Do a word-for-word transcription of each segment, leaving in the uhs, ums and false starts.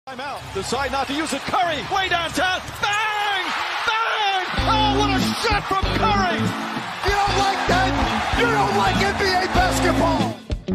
Timeout. Decide not to use it. Curry, way downtown. Bang! Bang! Oh, what a shot from Curry! You don't like that? You don't like N B A basketball!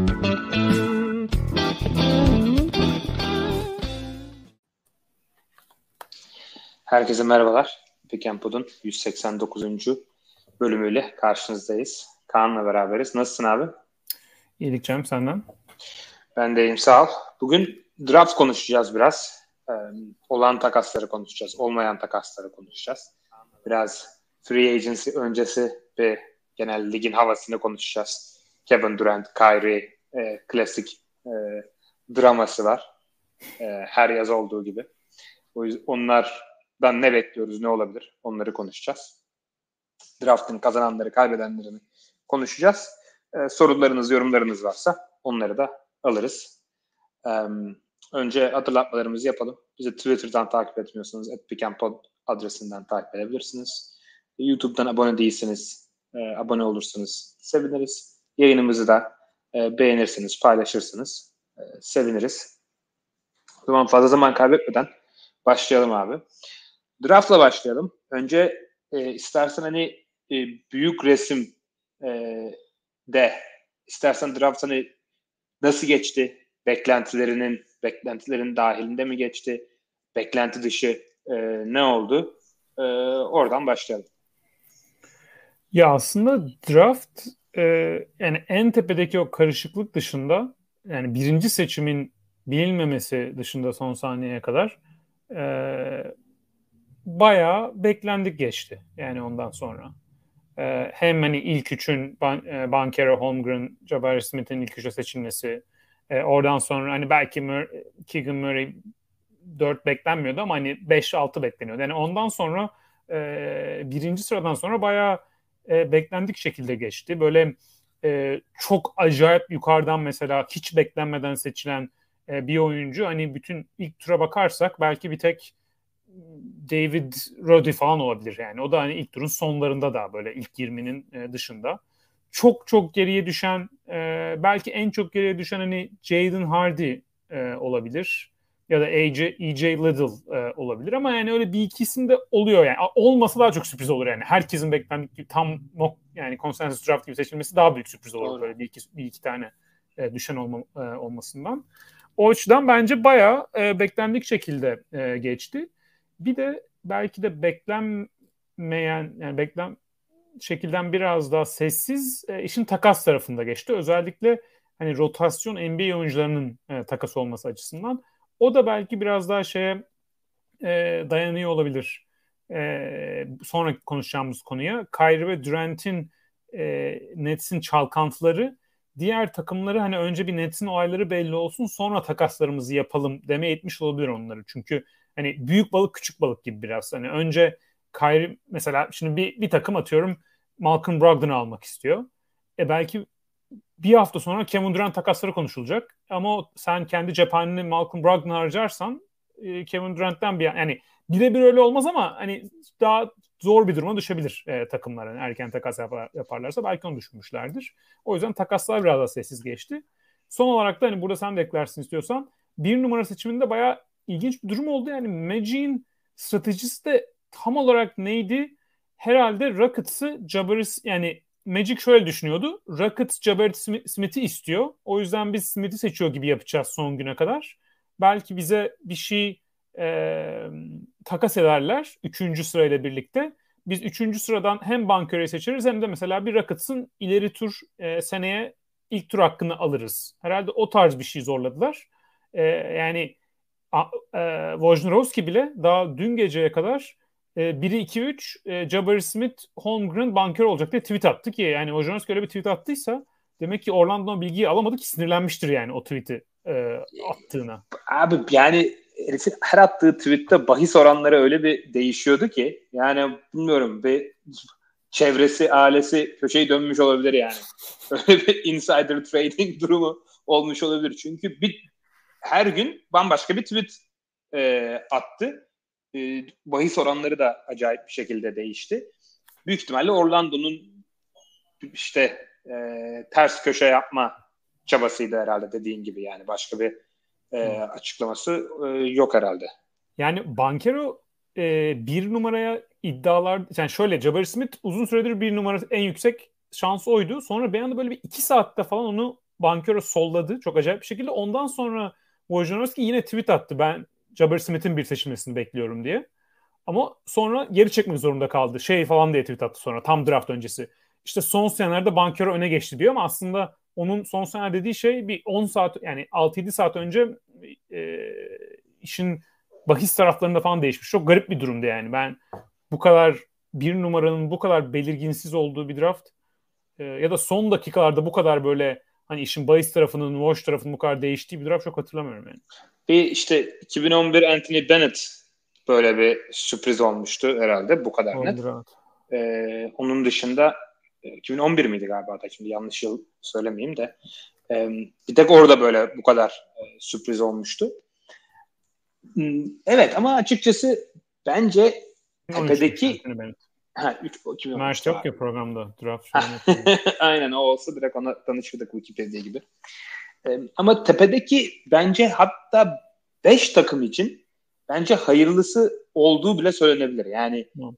Herkese merhabalar. Pick and Pod'un yüz seksen dokuzuncu bölümüyle karşınızdayız. Kaan'la beraberiz. Nasılsın abi? İyilik canım, senden. Ben de iyiyim, sağ ol. Bugün draft konuşacağız biraz. Ee, olan takasları konuşacağız. Olmayan takasları konuşacağız. Biraz free agency öncesi ve genel ligin havasını konuşacağız. Kevin Durant, Kyrie, e, klasik e, draması var. E, her yaz olduğu gibi. O yüzden onlardan ne bekliyoruz, ne olabilir? Onları konuşacağız. Draft'ın kazananları, kaybedenlerini konuşacağız. Ee, sorularınız, yorumlarınız varsa onları da alırız. Ee, önce hatırlatmalarımızı yapalım. Bizi Twitter'dan takip etmiyorsanız at pick and pod adresinden takip edebilirsiniz. YouTube'dan abone değilseniz, e, abone olursanız seviniriz. Yayınımızı da e, beğenirsiniz, paylaşırsınız. E, seviniriz. O zaman fazla zaman kaybetmeden başlayalım abi. Draft'la başlayalım. Önce e, istersen hani e, büyük resim e, de istersen draft hani nasıl geçti? Beklentilerinin beklentilerin dahilinde mi geçti? Beklenti dışı e, ne oldu? E, oradan başlayalım. Ya aslında draft e, yani en tepedeki o karışıklık dışında, yani birinci seçimin bilinmemesi dışında son saniyeye kadar e, bayağı beklendik geçti yani ondan sonra. E, hem hani ilk üçün Ban- e, Banchero, Holmgren, Jabari Smith'in ilk üçe seçilmesi, e, oradan sonra hani belki Mur- Keegan Murray dört beklenmiyordu ama hani beş altı bekleniyordu. Yani ondan sonra e, birinci sıradan sonra bayağı e, beklendik şekilde geçti. Böyle e, çok acayip yukarıdan mesela hiç beklenmeden seçilen e, bir oyuncu, hani bütün ilk tura bakarsak belki bir tek David Roddy falan olabilir yani. O da hani ilk turun sonlarında da böyle ilk yirminin e, dışında. Çok çok geriye düşen, e, belki en çok geriye düşen hani Jaden Hardy e, olabilir. Ya da E J, E J Liddell e, olabilir ama yani öyle bir iki isim de oluyor yani. Olmasa daha çok sürpriz olur yani. Herkesin beklendiği tam nok yani consensus draft gibi seçilmesi daha büyük sürpriz olur. Doğru. Böyle bir iki, bir iki tane e, düşen olma, e, olmasından. O açıdan bence bayağı e, beklendik şekilde e, geçti. Bir de belki de beklenmeyen, yani beklen şekilden biraz daha sessiz e, işin takas tarafında geçti. Özellikle hani rotasyon N B A oyuncularının e, takas olması açısından. O da belki biraz daha şeye e, dayanıyor olabilir. E, sonra konuşacağımız konuya. Kyrie ve Durant'in e, Nets'in çalkantıları diğer takımları hani önce bir Nets'in olayları belli olsun sonra takaslarımızı yapalım demeye etmiş olabilir onları. Çünkü hani büyük balık küçük balık gibi biraz. Hani önce Kyrie mesela, şimdi bir, bir takım atıyorum Malcolm Brogdon'u almak istiyor. E belki bir hafta sonra Kevin Durant takasları konuşulacak. Ama sen kendi cephaneni Malcolm Brogdon'a harcarsan e, Kevin Durant'ten bir, yani birebir öyle olmaz ama hani daha zor bir duruma düşebilir e, takımlar. Yani erken takas yapar, yaparlarsa belki onu düşünmüşlerdir. O yüzden takaslar biraz daha sessiz geçti. Son olarak da hani burada sen de eklersin istiyorsan, bir numara seçiminde bayağı ilginç bir durum oldu. Yani Magic'in stratejisi de tam olarak neydi? Herhalde Rockets'ı Jabari, yani Magic şöyle düşünüyordu. Rockets Jabari Smith'i istiyor. O yüzden biz Smith'i seçiyor gibi yapacağız son güne kadar. Belki bize bir şey e, takas ederler üçüncü sırayla birlikte. Biz üçüncü sıradan hem Banchero'yu seçeriz hem de mesela bir Rockets'ın ileri tur e, seneye ilk tur hakkını alırız. Herhalde o tarz bir şey zorladılar. E, yani e, Wojnarowski bile daha dün geceye kadar e, biri iki üç e, Jabari Smith, Holmgren, Banchero olacak diye tweet attı ki, yani Wojnarowski öyle bir tweet attıysa demek ki Orlando bilgiyi alamadı ki sinirlenmiştir yani o tweet'i e, attığına. Abi yani herifin her attığı tweette bahis oranları öyle bir değişiyordu ki yani bilmiyorum, bir çevresi, ailesi köşeyi dönmüş olabilir yani. Öyle bir insider trading durumu olmuş olabilir. Çünkü bir her gün bambaşka bir tweet e, attı. E, bahis oranları da acayip bir şekilde değişti. Büyük ihtimalle Orlando'nun işte e, ters köşe yapma çabasıydı herhalde, dediğin gibi yani. Başka bir e, açıklaması e, yok herhalde. Yani Banchero e, bir numaraya iddialar, yani şöyle, Jabari Smith uzun süredir bir numara en yüksek şans oydu. Sonra bir anda böyle bir iki saatte falan onu Banchero solladı çok acayip bir şekilde. Ondan sonra Wojnarowski yine tweet attı, ben Jabari Smith'in bir seçilmesini bekliyorum diye. Ama sonra geri çekmek zorunda kaldı. Şey falan diye tweet attı sonra tam draft öncesi. İşte son senelerde Banchero öne geçti diyor ama aslında onun son seneler dediği şey bir on saat, yani altı yedi saat önce e, işin bahis taraflarında falan değişmiş. Çok garip bir durumda yani. Ben bu kadar bir numaranın bu kadar belirginsiz olduğu bir draft e, ya da son dakikalarda bu kadar böyle hani işin bahis tarafının, watch tarafının bu kadar değiştiği bir draft çok hatırlamıyorum yani. Bir işte iki bin on bir Anthony Bennett böyle bir sürpriz olmuştu herhalde, bu kadar net. Ee, onun dışında iki bin on bir miydi galiba da, şimdi yanlış yıl söylemeyeyim de ee, bir tek orada böyle bu kadar e, sürpriz olmuştu. Hmm, evet ama açıkçası bence tepedeki ha, Mert yok ya programda draft. Aynen, o olsa direkt ona tanışırdık Wikipedia gibi. Ee, ama tepedeki bence hatta beş takım için bence hayırlısı olduğu bile söylenebilir. Yani hmm.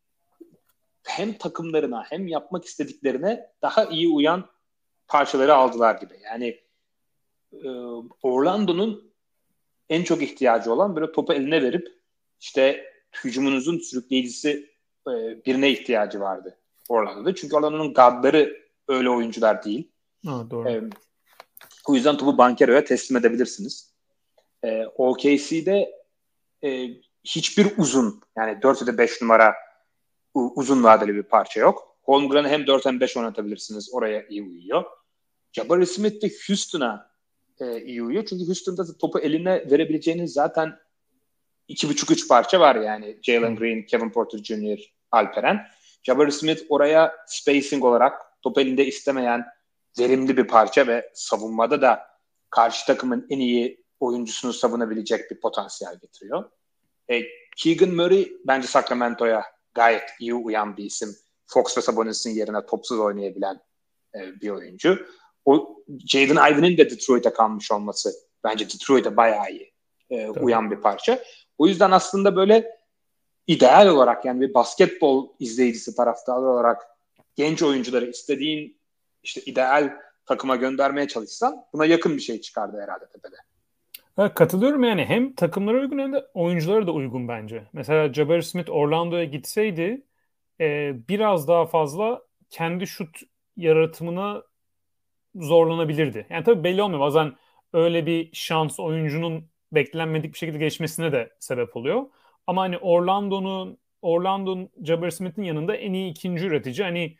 hem takımlarına hem yapmak istediklerine daha iyi uyan parçaları aldılar gibi. Yani e, Orlando'nun en çok ihtiyacı olan böyle topu eline verip işte hücumunuzun sürükleyicisi e, birine ihtiyacı vardı Orlando'da. Çünkü Orlando'nun guardları öyle oyuncular değil. Ha, doğru. E, o yüzden topu Banchero'ya teslim edebilirsiniz. E, O K C'de e, hiçbir uzun, yani dört ya da beş numara u- uzun vadeli bir parça yok. Holmgren'i hem dört hem beş oynatabilirsiniz. Oraya iyi uyuyor. Jabari Smith de Houston'a e, iyi uyuyor. Çünkü Houston'da topu eline verebileceğiniz zaten iki buçuk üç parça var yani. Jalen Green, Kevin Porter Junior, Alperen. Jabari Smith oraya spacing olarak topu elinde istemeyen verimli bir parça ve savunmada da karşı takımın en iyi oyuncusunu savunabilecek bir potansiyel getiriyor. E, Keegan Murray bence Sacramento'ya gayet iyi uyan bir isim. Fox ve Sabonis'in yerine topsuz oynayabilen e, bir oyuncu. O Jaden Ivey'nin de Detroit'e kalmış olması bence Detroit'e bayağı iyi e, uyan bir parça. O yüzden aslında böyle ideal olarak, yani bir basketbol izleyicisi, taraftarı olarak genç oyuncuları istediğin işte ideal takıma göndermeye çalışsan buna yakın bir şey çıkardı herhalde tepede. Evet, katılıyorum yani. Hem takımlara uygun hem de oyunculara da uygun bence. Mesela Jabari Smith Orlando'ya gitseydi e, biraz daha fazla kendi şut yaratımına zorlanabilirdi. Yani tabii belli olmuyor. Bazen öyle bir şans oyuncunun beklenmedik bir şekilde geçmesine de sebep oluyor. Ama hani Orlando'nun Orlando'nun Jabari Smith'in yanında en iyi ikinci üretici hani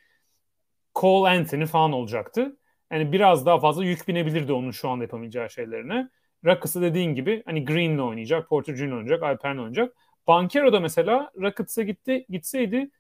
Cole Anthony falan olacaktı. Yani biraz daha fazla yük binebilirdi onun şu anda yapamayacağı şeylerine. Rockets'ı dediğin gibi hani Green'le oynayacak, Porter Junior oynayacak, Alperen oynayacak. Banchero da mesela Rockets'a gitti, gitseydi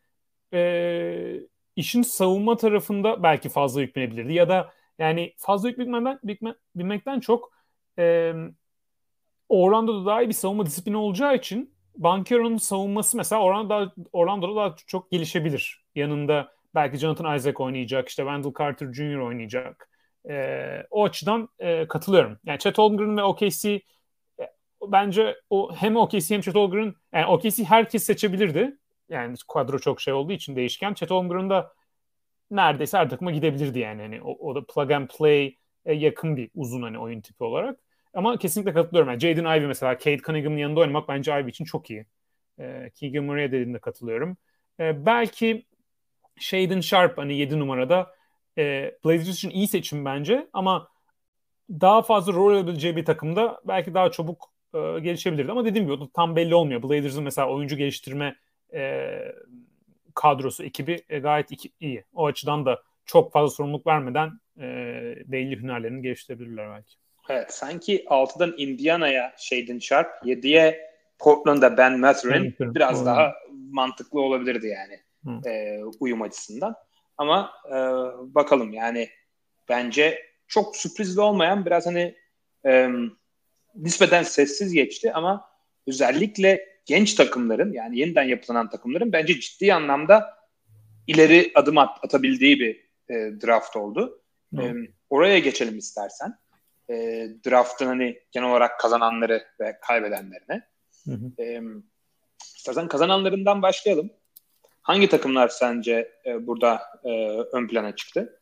e, işin savunma tarafında belki fazla yük binebilirdi. Ya da yani fazla yük binmekten, binmekten çok e, Orlando'da daha iyi bir savunma disiplini olacağı için Banchero'nun savunması mesela Orlando'da, Orlando'da daha çok gelişebilir. Yanında belki Jonathan Isaac oynayacak, işte Wendell Carter Junior oynayacak. E, o açıdan e, katılıyorum. Yani Chet Holmgren ve O K C e, bence o hem O K C hem Chet Holmgren, yani O K C herkes seçebilirdi. Yani kadro çok şey olduğu için değişken. Chet Holmgren da neredeyse her takıma gidebilirdi yani. Yani o, o da plug and play e, yakın bir uzun hani oyun tipi olarak. Ama kesinlikle katılıyorum. Yani Jaden Ivey mesela Cade Cunningham'ın yanında oynamak bence Ivey için çok iyi. E, Keegan Murray'e dediğinde katılıyorum. E, belki Shaedon Sharpe hani yedi numarada e, Blazers için iyi seçim bence ama daha fazla rol alabileceği bir takımda belki daha çabuk e, gelişebilirdi. Ama dediğim gibi o da tam belli olmuyor. Blazers'ın mesela oyuncu geliştirme e, kadrosu, ekibi e, gayet iki, iyi. O açıdan da çok fazla sorumluluk vermeden e, belli hünerlerini geliştirebilirler belki. Evet, sanki altıdan Indiana'ya Shaedon Sharpe, yediye Portland'da Ben Mathurin biraz Doğru. daha mantıklı olabilirdi yani e, uyum açısından. Ama e, bakalım yani bence çok sürprizli olmayan, biraz hani e, nispeten sessiz geçti ama özellikle genç takımların, yani yeniden yapılanan takımların bence ciddi anlamda ileri adım at, atabildiği bir e, draft oldu. E, oraya geçelim istersen. e, draft'ın hani genel olarak kazananları ve kaybedenlerine. Hı hı. E, istersen kazananlarından başlayalım. Hangi takımlar sence e, burada e, ön plana çıktı?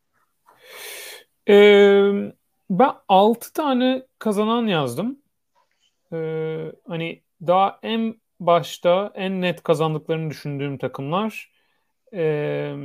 Ee, ben altı tane kazanan yazdım. Ee, hani daha en başta en net kazandıklarını düşündüğüm takımlar ee,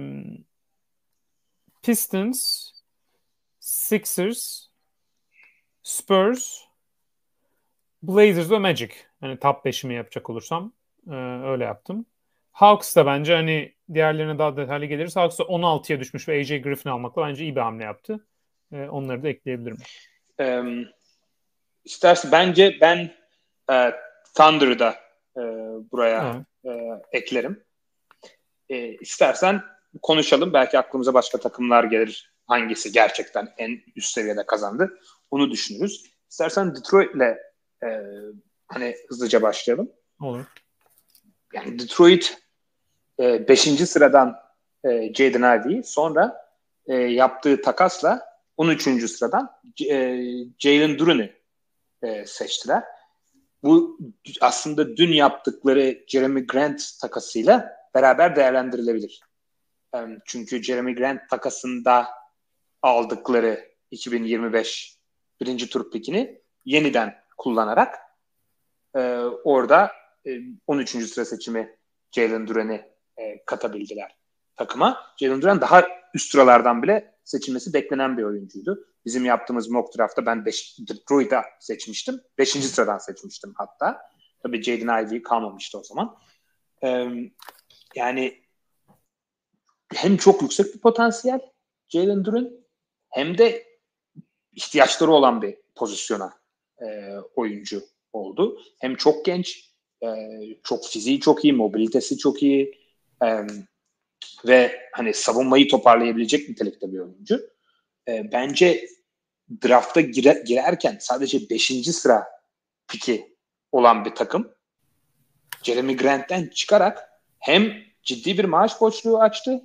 Pistons, Sixers, Spurs, Blazers ve Magic. Hani top beşimi yapacak olursam ee, öyle yaptım. Hawks da bence hani diğerlerine daha detaylı geliriz. Hawks da on altıya düşmüş ve A J Griffin almakla bence iyi bir hamle yaptı. Ee, onları da ekleyebilirim. Ee, istersen bence ben e, Thunder'ı da e, buraya e, eklerim. E, istersen konuşalım. Belki aklımıza başka takımlar gelir. Hangisi gerçekten en üst seviyede kazandı? Onu düşünürüz. İstersen Detroit'le e, hani hızlıca başlayalım. Olur. Yani Detroit e, beşinci sıradan e, Jaden Ivey'i, sonra e, yaptığı takasla on üçüncü sıradan e, Jalen Duren'ı e, seçtiler. Bu aslında dün yaptıkları Jeremy Grant takasıyla beraber değerlendirilebilir. E, çünkü Jeremy Grant takasında aldıkları iki bin yirmi beş birinci tur pikini yeniden kullanarak e, orada e, on üçüncü sıra seçimi Jalen Duren'i e, katabildiler takıma. Jalen Duren daha üst sıralardan bile seçilmesi beklenen bir oyuncuydu. Bizim yaptığımız mock draft'ta ben Detroit'a seçmiştim. beşinci sıradan seçmiştim hatta. Tabii Jaden Ivey kalmamıştı o zaman. Ee, yani hem çok yüksek bir potansiyel Jalen Duren, hem de ihtiyaçları olan bir pozisyona e, oyuncu oldu. Hem çok genç, e, çok fiziği çok iyi, mobilitesi çok iyi e, ve hani savunmayı toparlayabilecek nitelikte bir oyuncu. E, bence drafta gire, girerken sadece beşinci sıra piki olan bir takım Jeremy Grant'ten çıkarak hem ciddi bir maaş boşluğu açtı,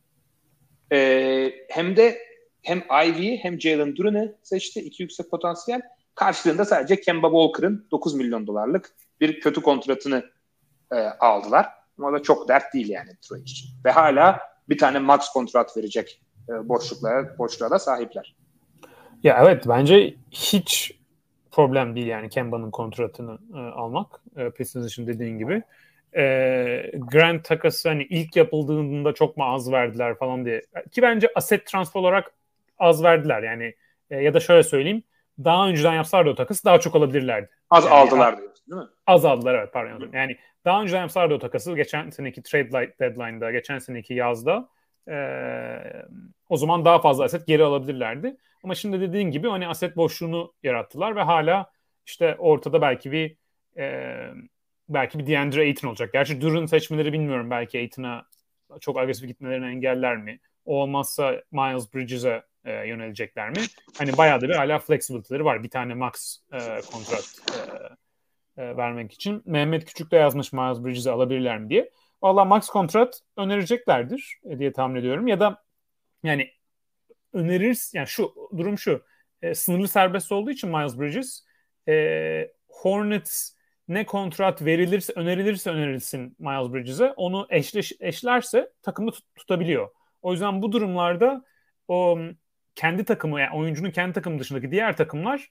e, hem de hem Ivey'i hem Jalen Duren'ı seçti. İki yüksek potansiyel. Karşılığında sadece Kemba Walker'ın dokuz milyon dolarlık bir kötü kontratını e, aldılar. Ama da çok dert değil yani Detroit için. Ve hala bir tane max kontrat verecek e, boşluklara, boşluğa da sahipler. Ya evet, bence hiç problem değil yani Kemba'nın kontratını e, almak. E, Pistons için dediğin gibi. E, Grant takası hani ilk yapıldığında çok mu az verdiler falan diye. Ki bence aset transfer olarak az verdiler yani. E, ya da şöyle söyleyeyim. Daha önceden yapsalardı o takası daha çok alabilirlerdi. Az yani, aldılar diyorsun değil mi? Az aldılar, evet, pardon. Hı. Yani daha önceden yapsalardı o takası geçen seneki trade deadline'da, geçen seneki yazda e, o zaman daha fazla aset geri alabilirlerdi. Ama şimdi dediğin gibi hani aset boşluğunu yarattılar ve hala işte ortada belki bir e, belki bir DeAndre Ayton olacak. Gerçi Duren seçmeleri bilmiyorum. Belki Ayton'a çok agresif gitmelerini engeller mi? O olmazsa Miles Bridges'e e, yönelecekler mi? Hani bayağı da bir hala flexibility'leri var. Bir tane max e, kontrat e, e, vermek için. Mehmet Küçük de yazmış Miles Bridges'e alabilirler mi diye. Valla max kontrat önereceklerdir e, diye tahmin ediyorum. Ya da yani önerir, yani şu durum şu. E, sınırlı serbest olduğu için Miles Bridges e, Hornets ne kontrat verilirse önerilirse önerilsin Miles Bridges'e onu eşleş, eşlerse takımı tut, tutabiliyor. O yüzden bu durumlarda o kendi takımı, yani oyuncunun kendi takımı dışındaki diğer takımlar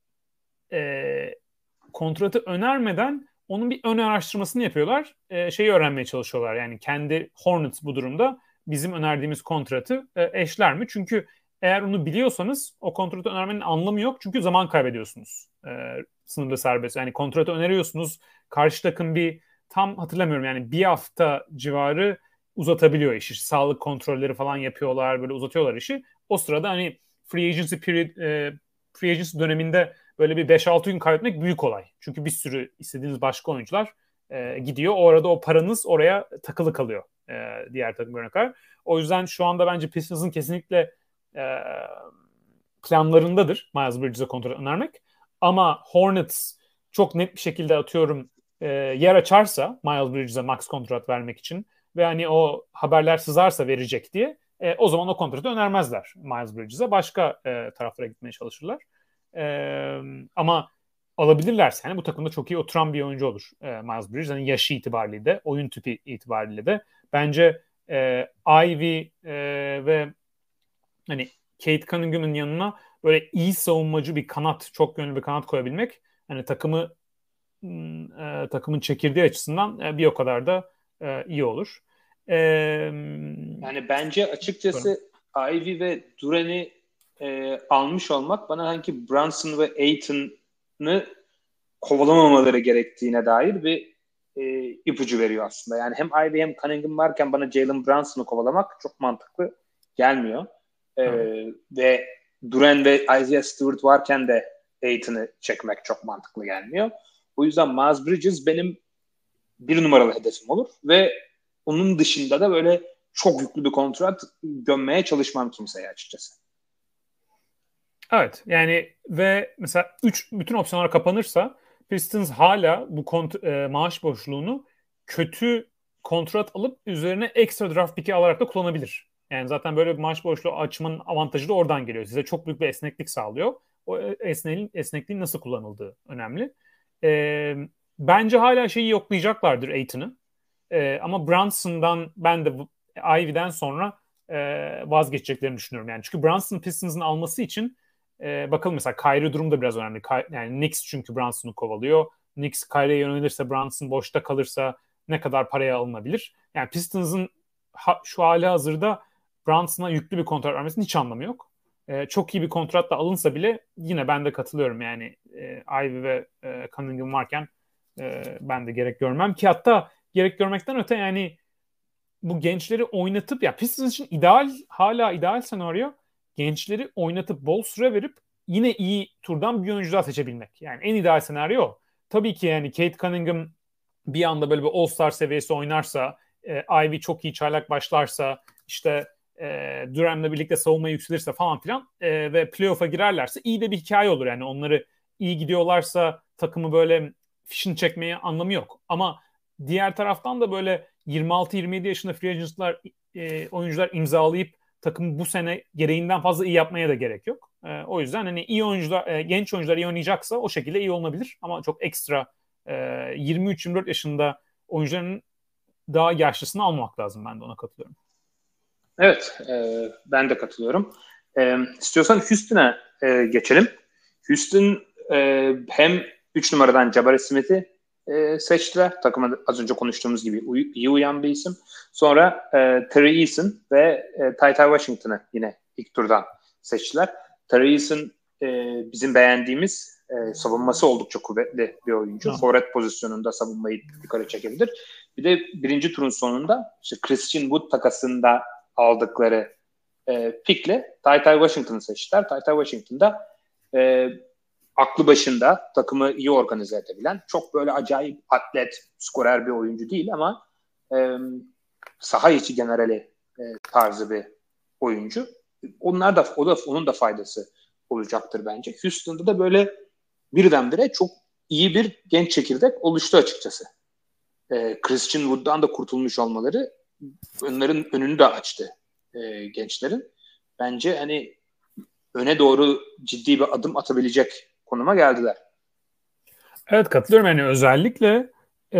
e, kontratı önermeden onun bir ön araştırmasını yapıyorlar. E, şeyi öğrenmeye çalışıyorlar. Yani kendi Hornets bu durumda bizim önerdiğimiz kontratı e, eşler mi? Çünkü eğer onu biliyorsanız o kontratı önermenin anlamı yok. Çünkü zaman kaybediyorsunuz. E, sınırda serbest. Yani kontratı öneriyorsunuz. Karşı takım bir tam hatırlamıyorum yani bir hafta civarı uzatabiliyor işi. Sağlık kontrolleri falan yapıyorlar. Böyle uzatıyorlar işi. O sırada hani free agency period, e, free agency döneminde böyle bir beş altı gün kaybetmek büyük olay. Çünkü bir sürü istediğiniz başka oyuncular e, gidiyor. O arada o paranız oraya takılı kalıyor. E, diğer takımlarına kadar. O yüzden şu anda bence Pistons'ın kesinlikle e, planlarındadır Miles Bridges'e kontrat önermek. Ama Hornets çok net bir şekilde atıyorum e, yer açarsa Miles Bridges'e max kontrat vermek için ve hani o haberler sızarsa verecek diye e, o zaman o kontratı önermezler Miles Bridges'e. Başka e, taraflara gitmeye çalışırlar. Ee, ama alabilirlerse yani bu takımda çok iyi oturan bir oyuncu olur e, Miles Bridges. Hani yaşı itibariyle de, oyun tipi itibariyle de. Bence e, Ivy e, ve hani Kate Cunningham'ın yanına böyle iyi savunmacı bir kanat, çok yönlü bir kanat koyabilmek hani takımı e, takımın çekirdeği açısından e, bir o kadar da e, iyi olur. E, yani bence açıkçası Ivy ve Duren'i e, almış olmak bana sanki Brunson ve Ayton'ı kovalamamaları gerektiğine dair bir e, ipucu veriyor aslında. Yani hem Ivy hem Cunningham varken bana Jalen Brunson'u kovalamak çok mantıklı gelmiyor. E, ve Duren ve Isaiah Stewart varken de Ayton'ı çekmek çok mantıklı gelmiyor. O yüzden Miles Bridges benim bir numaralı hedefim olur ve onun dışında da böyle çok yüklü bir kontrat gömmeye çalışmam kimseye açıkçası. Evet yani ve mesela üç bütün opsiyonlar kapanırsa Pistons hala bu kont- e, maaş boşluğunu kötü kontrat alıp üzerine ekstra draft pick'i alarak da kullanabilir. Yani zaten böyle bir maaş boşluğu açmanın avantajı da oradan geliyor. Size çok büyük bir esneklik sağlıyor. O esnekliğin, esnekliğin nasıl kullanıldığı önemli. E, bence hala şeyi yoklayacaklardır Ayton'ı. E, ama Brunson'dan ben de Ivy'den sonra e, vazgeçeceklerini düşünüyorum. Yani çünkü Brunson Pistons'ın alması için e, bakalım mesela Kyrie durum da biraz önemli. Ky- yani Knicks çünkü Brunson'u kovalıyor. Knicks Kyrie'ye yönelirse, Brunson boşta kalırsa ne kadar paraya alınabilir? Yani Pistons'ın ha, şu hali hazırda Brunson'a yüklü bir kontrat vermesinin hiç anlamı yok. E, çok iyi bir kontratla alınsa bile yine ben de katılıyorum yani e, Ivy ve e, Cunningham varken e, ben de gerek görmem ki hatta gerek görmekten öte yani bu gençleri oynatıp ya Pistons için ideal hala ideal senaryo gençleri oynatıp bol süre verip yine iyi turdan bir oyuncu daha seçebilmek. Yani en ideal senaryo o. Tabii ki yani Kate Cunningham bir anda böyle bir All-Star seviyesi oynarsa, e, Ivy çok iyi çaylak başlarsa, işte e, Durant'la birlikte savunma yükselirse falan filan e, ve playoff'a girerlerse iyi de bir hikaye olur. Yani onları iyi gidiyorlarsa takımı böyle fişini çekmeye anlamı yok. Ama diğer taraftan da böyle yirmi altı yirmi yedi yaşında free agentlar e, oyuncular imzalayıp takımı bu sene gereğinden fazla iyi yapmaya da gerek yok. E, o yüzden hani iyi oyuncular, e, genç oyuncular iyi oynayacaksa o şekilde iyi olunabilir. Ama çok ekstra e, yirmi üç yirmi dört yaşında oyuncuların daha yaşlısını almamak lazım. Ben de ona katılıyorum. Evet, e, ben de katılıyorum. E, istiyorsan Houston'a e, geçelim. Houston e, hem üç numaradan Jabari Smith'i e, seçtiler. Takıma az önce konuştuğumuz gibi uy- iyi uyan bir isim. Sonra e, Terry Eason ve e, Ty Ty Washington'ı yine ilk turdan seçtiler. Terry Eason e, bizim beğendiğimiz e, savunması oldukça kuvvetli bir oyuncu. Tamam. Forvet pozisyonunda savunmayı yukarı çekebilir. Bir de birinci turun sonunda işte Christian Wood takasında aldıkları e, pickle Ty Ty Washington'ı seçtiler. Ty Ty Washington'da e, aklı başında takımı iyi organize edebilen, çok böyle acayip atlet, skorer bir oyuncu değil ama e, saha içi generali e, tarzı bir oyuncu. Onlar da, o da onun da faydası olacaktır bence. Houston'da da böyle birdenbire çok iyi bir genç çekirdek oluştu açıkçası. E, Christian Wood'dan da kurtulmuş olmaları onların önünü de açtı e, gençlerin. Bence hani öne doğru ciddi bir adım atabilecek konuma geldiler. Evet katılıyorum yani özellikle e,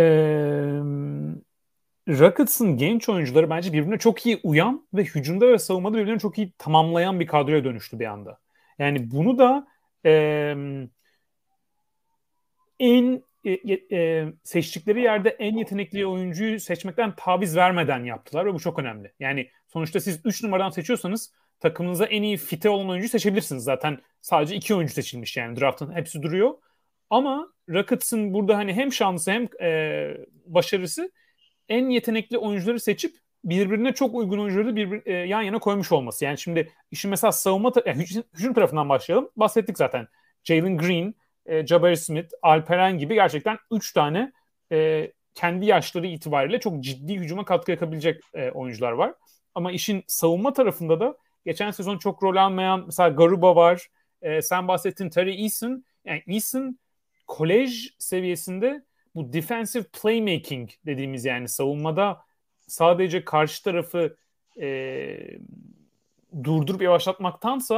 Rockets'ın genç oyuncuları bence birbirine çok iyi uyan ve hücumda ve savunmada birbirlerini çok iyi tamamlayan bir kadroya dönüştü bir anda. Yani bunu da e, en e, e, seçtikleri yerde en yetenekli oyuncuyu seçmekten taviz vermeden yaptılar ve bu çok önemli. Yani sonuçta siz üç numaradan seçiyorsanız takımınıza en iyi fite olan oyuncuyu seçebilirsiniz. Zaten sadece iki oyuncu seçilmiş yani draftın hepsi duruyor. Ama Rockets'ın burada hani hem şansı hem e, başarısı en yetenekli oyuncuları seçip birbirine çok uygun oyuncuları birbir, e, yan yana koymuş olması. Yani şimdi işin mesela savunma ta- yani hücum, hücum tarafından başlayalım. Bahsettik zaten. Jalen Green, e, Jabari Smith, Alperen gibi gerçekten üç tane e, kendi yaşları itibariyle çok ciddi hücuma katkı yapabilecek e, oyuncular var. Ama işin savunma tarafında da geçen sezon çok rol almayan mesela Garuba var. E, sen bahsettin Terry Eason. Yani Eason kolej seviyesinde bu defensive playmaking dediğimiz yani savunmada sadece karşı tarafı e, durdurup yavaşlatmaktansa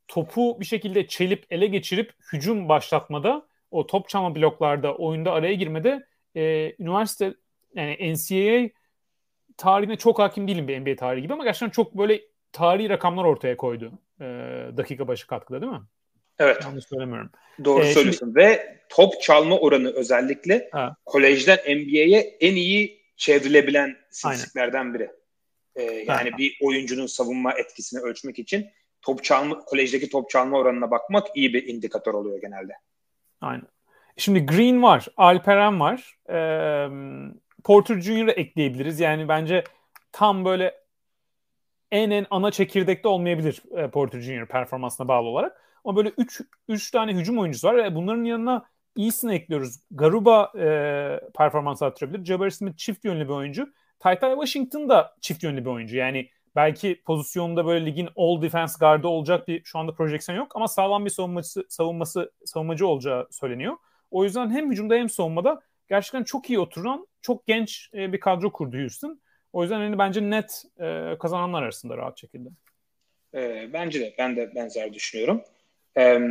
topu bir şekilde çelip ele geçirip hücum başlatmada, o top çalma bloklarda, oyunda araya girmede e, üniversite yani N C A A tarihine çok hakim değilim bir N B A tarihi gibi ama gerçekten çok böyle tarihi rakamlar ortaya koydu. E, dakika başı katkıda değil mi? Evet. Yanlış söylemiyorum. Doğru ee, söylüyorsun. Şimdi... Ve top çalma oranı özellikle ha. kolejden N B A'ye en iyi çevrilebilen statistiklerden biri. Ee, yani ha. bir oyuncunun savunma etkisini ölçmek için top çalma, kolejdeki top çalma oranına bakmak iyi bir indikatör oluyor genelde. Aynen. Şimdi Green var, Alperen var. Ee, Porter Junior'ı ekleyebiliriz. Yani bence tam böyle en en ana çekirdekte olmayabilir e, Porter Junior performansına bağlı olarak. Ama böyle üç tane hücum oyuncusu var ve bunların yanına iyisini ekliyoruz. Garuba e, performans arttırabilir. Jabari Smith çift yönlü bir oyuncu. Ty Ty Washington da çift yönlü bir oyuncu. Yani belki pozisyonunda böyle ligin all defense guard'ı olacak bir şu anda projeksiyon yok ama sağlam bir savunmacısı, savunması, savunmacı olacağı söyleniyor. O yüzden hem hücumda hem savunmada gerçekten çok iyi oturan, çok genç e, bir kadro kurdu Houston. O yüzden hani bence net e, kazananlar arasında rahat şekilde. E, bence de. Ben de benzer düşünüyorum. E,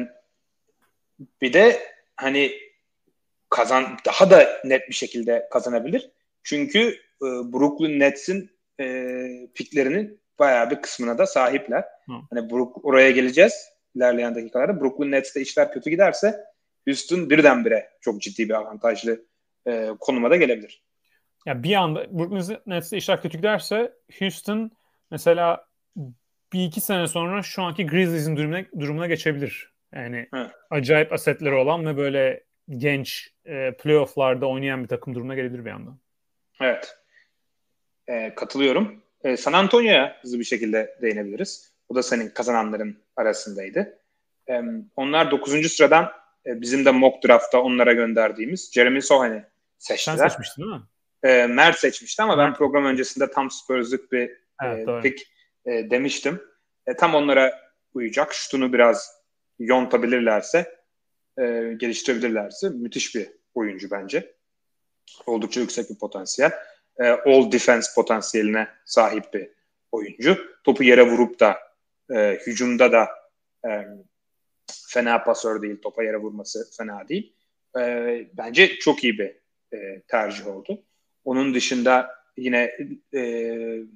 bir de hani kazan daha da net bir şekilde kazanabilir. Çünkü e, Brooklyn Nets'in e, piklerinin bayağı bir kısmına da sahipler. Hı. Hani Brook, oraya geleceğiz ilerleyen dakikalarda. Brooklyn Nets'te işler kötü giderse Houston birdenbire çok ciddi bir avantajlı e, konuma da gelebilir. Ya bir anda Brooklyn Nets'te işler kötü giderse Houston mesela bir iki sene sonra şu anki Grizzlies'in durumuna, durumuna geçebilir. Yani Hı. acayip asetleri olan ve böyle genç e, playoff'larda oynayan bir takım durumuna gelebilir bir anda. Evet. E, katılıyorum. E, San Antonio'ya hızlı bir şekilde değinebiliriz. O da senin kazananların arasındaydı. E, onlar dokuzuncu sıradan e, bizim de mock draft'ta onlara gönderdiğimiz Jeremy Sohan'i seçtiler. Sen seçmiştin değil mi? E, Mert seçmişti ama Mert. Ben program öncesinde tam Spurs'luk bir evet, e, pick e, demiştim. E, tam onlara uyacak. Şutunu biraz yontabilirlerse, e, geliştirebilirlerse müthiş bir oyuncu bence. Oldukça yüksek bir potansiyel. E, all defense potansiyeline sahip bir oyuncu. Topu yere vurup da e, hücumda da e, fena pasör değil. Topa yere vurması fena değil. E, bence çok iyi bir e, tercih oldu. Onun dışında yine e,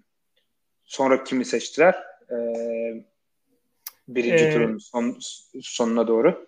sonra kimi seçtiler? E, birinci ee, turun son, sonuna doğru.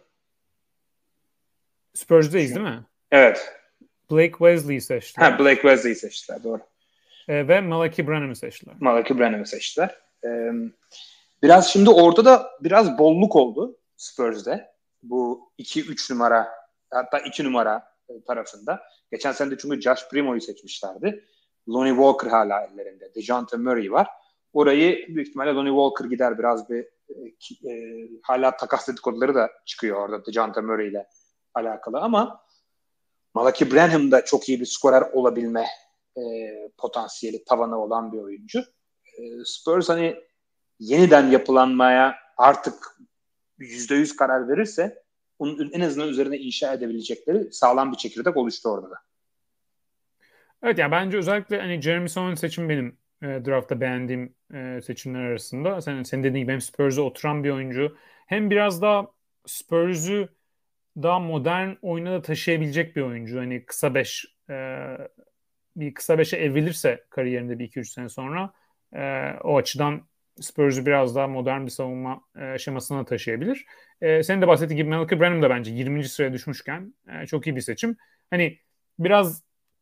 Spurs'dayız değil mi? Evet. Blake Wesley'i seçtiler. Ha, Blake Wesley'i seçtiler, doğru. Ee, ve Malaki Branham'ı seçtiler. Malaki Branham'ı seçtiler. Ee, biraz şimdi orada da biraz bolluk oldu Spurs'de. Bu iki üç numara, hatta iki numara tarafında. Geçen sene de çünkü Josh Primo'yu seçmişlerdi. Lonnie Walker hala ellerinde. DeJounte Murray var. Orayı büyük ihtimalle Lonnie Walker gider, biraz bir e, e, hala takas dedikoduları da çıkıyor orada DeJounte Murray ile alakalı ama Malaki Branham da çok iyi bir skorer olabilme e, potansiyeli, tavanı olan bir oyuncu. E, Spurs hani yeniden yapılanmaya artık yüzde yüz karar verirse onun en azından üzerine inşa edebilecekleri sağlam bir çekirdek oluştu orada da. Evet, yani bence özellikle hani Jeremy Sohan seçimi benim e, draftta beğendiğim e, seçimler arasında. Sen, senin dediğin gibi hem Spurs'a oturan bir oyuncu, hem biraz daha Spurs'u daha modern oyuna da taşıyabilecek bir oyuncu. Hani kısa beş e, bir kısa beşe evrilirse kariyerinde bir iki üç sene sonra e, o açıdan Spurs'u biraz daha modern bir savunma e, şemasına taşıyabilir. E, senin de bahsettiğin gibi Malaki Branham da bence yirminci sıraya düşmüşken e, çok iyi bir seçim. Hani biraz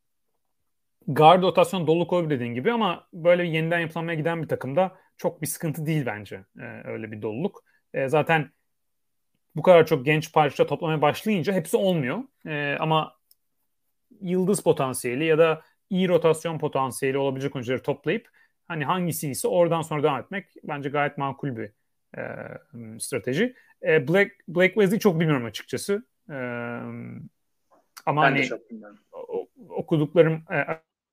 guard rotasyon dolu koy dediğin gibi ama böyle yeniden yapılanmaya giden bir takımda çok bir sıkıntı değil bence e, öyle bir doluluk. E, zaten bu kadar çok genç parça toplamaya başlayınca hepsi olmuyor. E, ama yıldız potansiyeli ya da iyi rotasyon potansiyeli olabilecek oyuncuları toplayıp hani hangisi ise oradan sonra devam etmek bence gayet makul bir e, strateji. E, Black, Blake Wesley çok bilmiyorum açıkçası. E, ama ben hani okuduklarım e,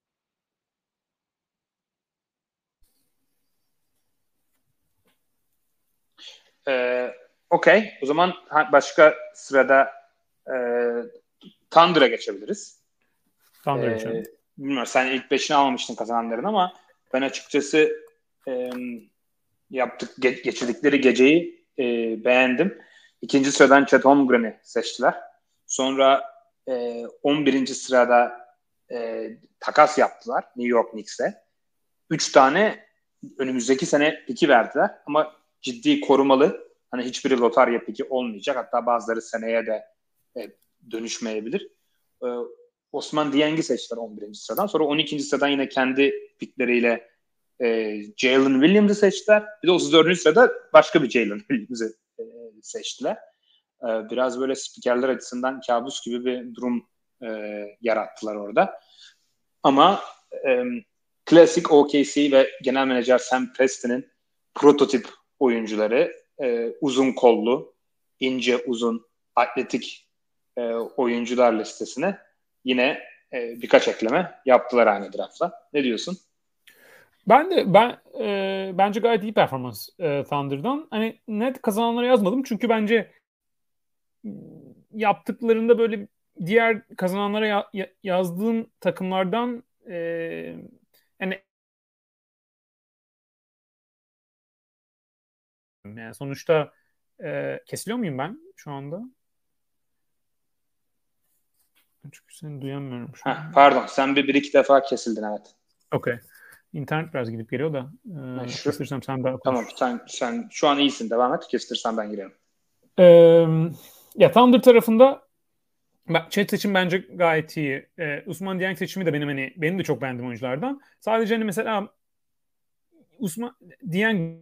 Ee, Okey. O zaman başka sırada e, Thunder'a geçebiliriz. Thunder'a ee, geçelim. Bilmiyorum, sen ilk beşini almamıştın kazananların ama ben açıkçası e, yaptık ge- geçirdikleri geceyi e, beğendim. İkinci sıradan Chet Holmgren'i seçtiler. Sonra e, on birinci sırada e, takas yaptılar New York Knicks'e. Üç tane önümüzdeki sene piki verdiler ama ciddi korumalı. Hani hiçbiri lotarya piki olmayacak. Hatta bazıları seneye de e, dönüşmeyebilir. E, Osman Dieng'i seçtiler on birinci sıradan. Sonra on ikinci sıradan yine kendi pikleriyle e, Jalen Williams'ı seçtiler. Bir de otuz dördüncü sırada başka bir Jalen Williams'ı e, seçtiler. E, biraz böyle spikerler açısından kabus gibi bir durum e, yarattılar orada. Ama e, klasik O K C ve genel menajer Sam Preston'ın prototip oyuncuları, e, uzun kollu, ince, uzun, atletik e, oyuncular listesine yine e, birkaç ekleme yaptılar aynı draftla. Ne diyorsun? Ben de ben e, bence gayet iyi performans e, Thunder'dan. Hani net kazananları yazmadım çünkü bence yaptıklarında böyle diğer kazananlara ya, ya, yazdığım takımlardan e, yani yani sonuçta e, kesiliyor muyum ben şu anda? Çünkü seni duyamıyorum şu Heh, an. pardon, sen bir, bir iki defa kesildin, evet. Okey. İnternet biraz gidip geliyor da e, Şu, kesirsem sen daha konuş. Tamam, sen, sen şu an iyisin, devam et. Kestirsen ben girerim. E, ya Thunder tarafında Chet seçim bence gayet iyi. Ee, Usman Dieng seçimi de benim hani benim de çok beğendiğim oyunculardan. Sadece hani mesela Usman Dieng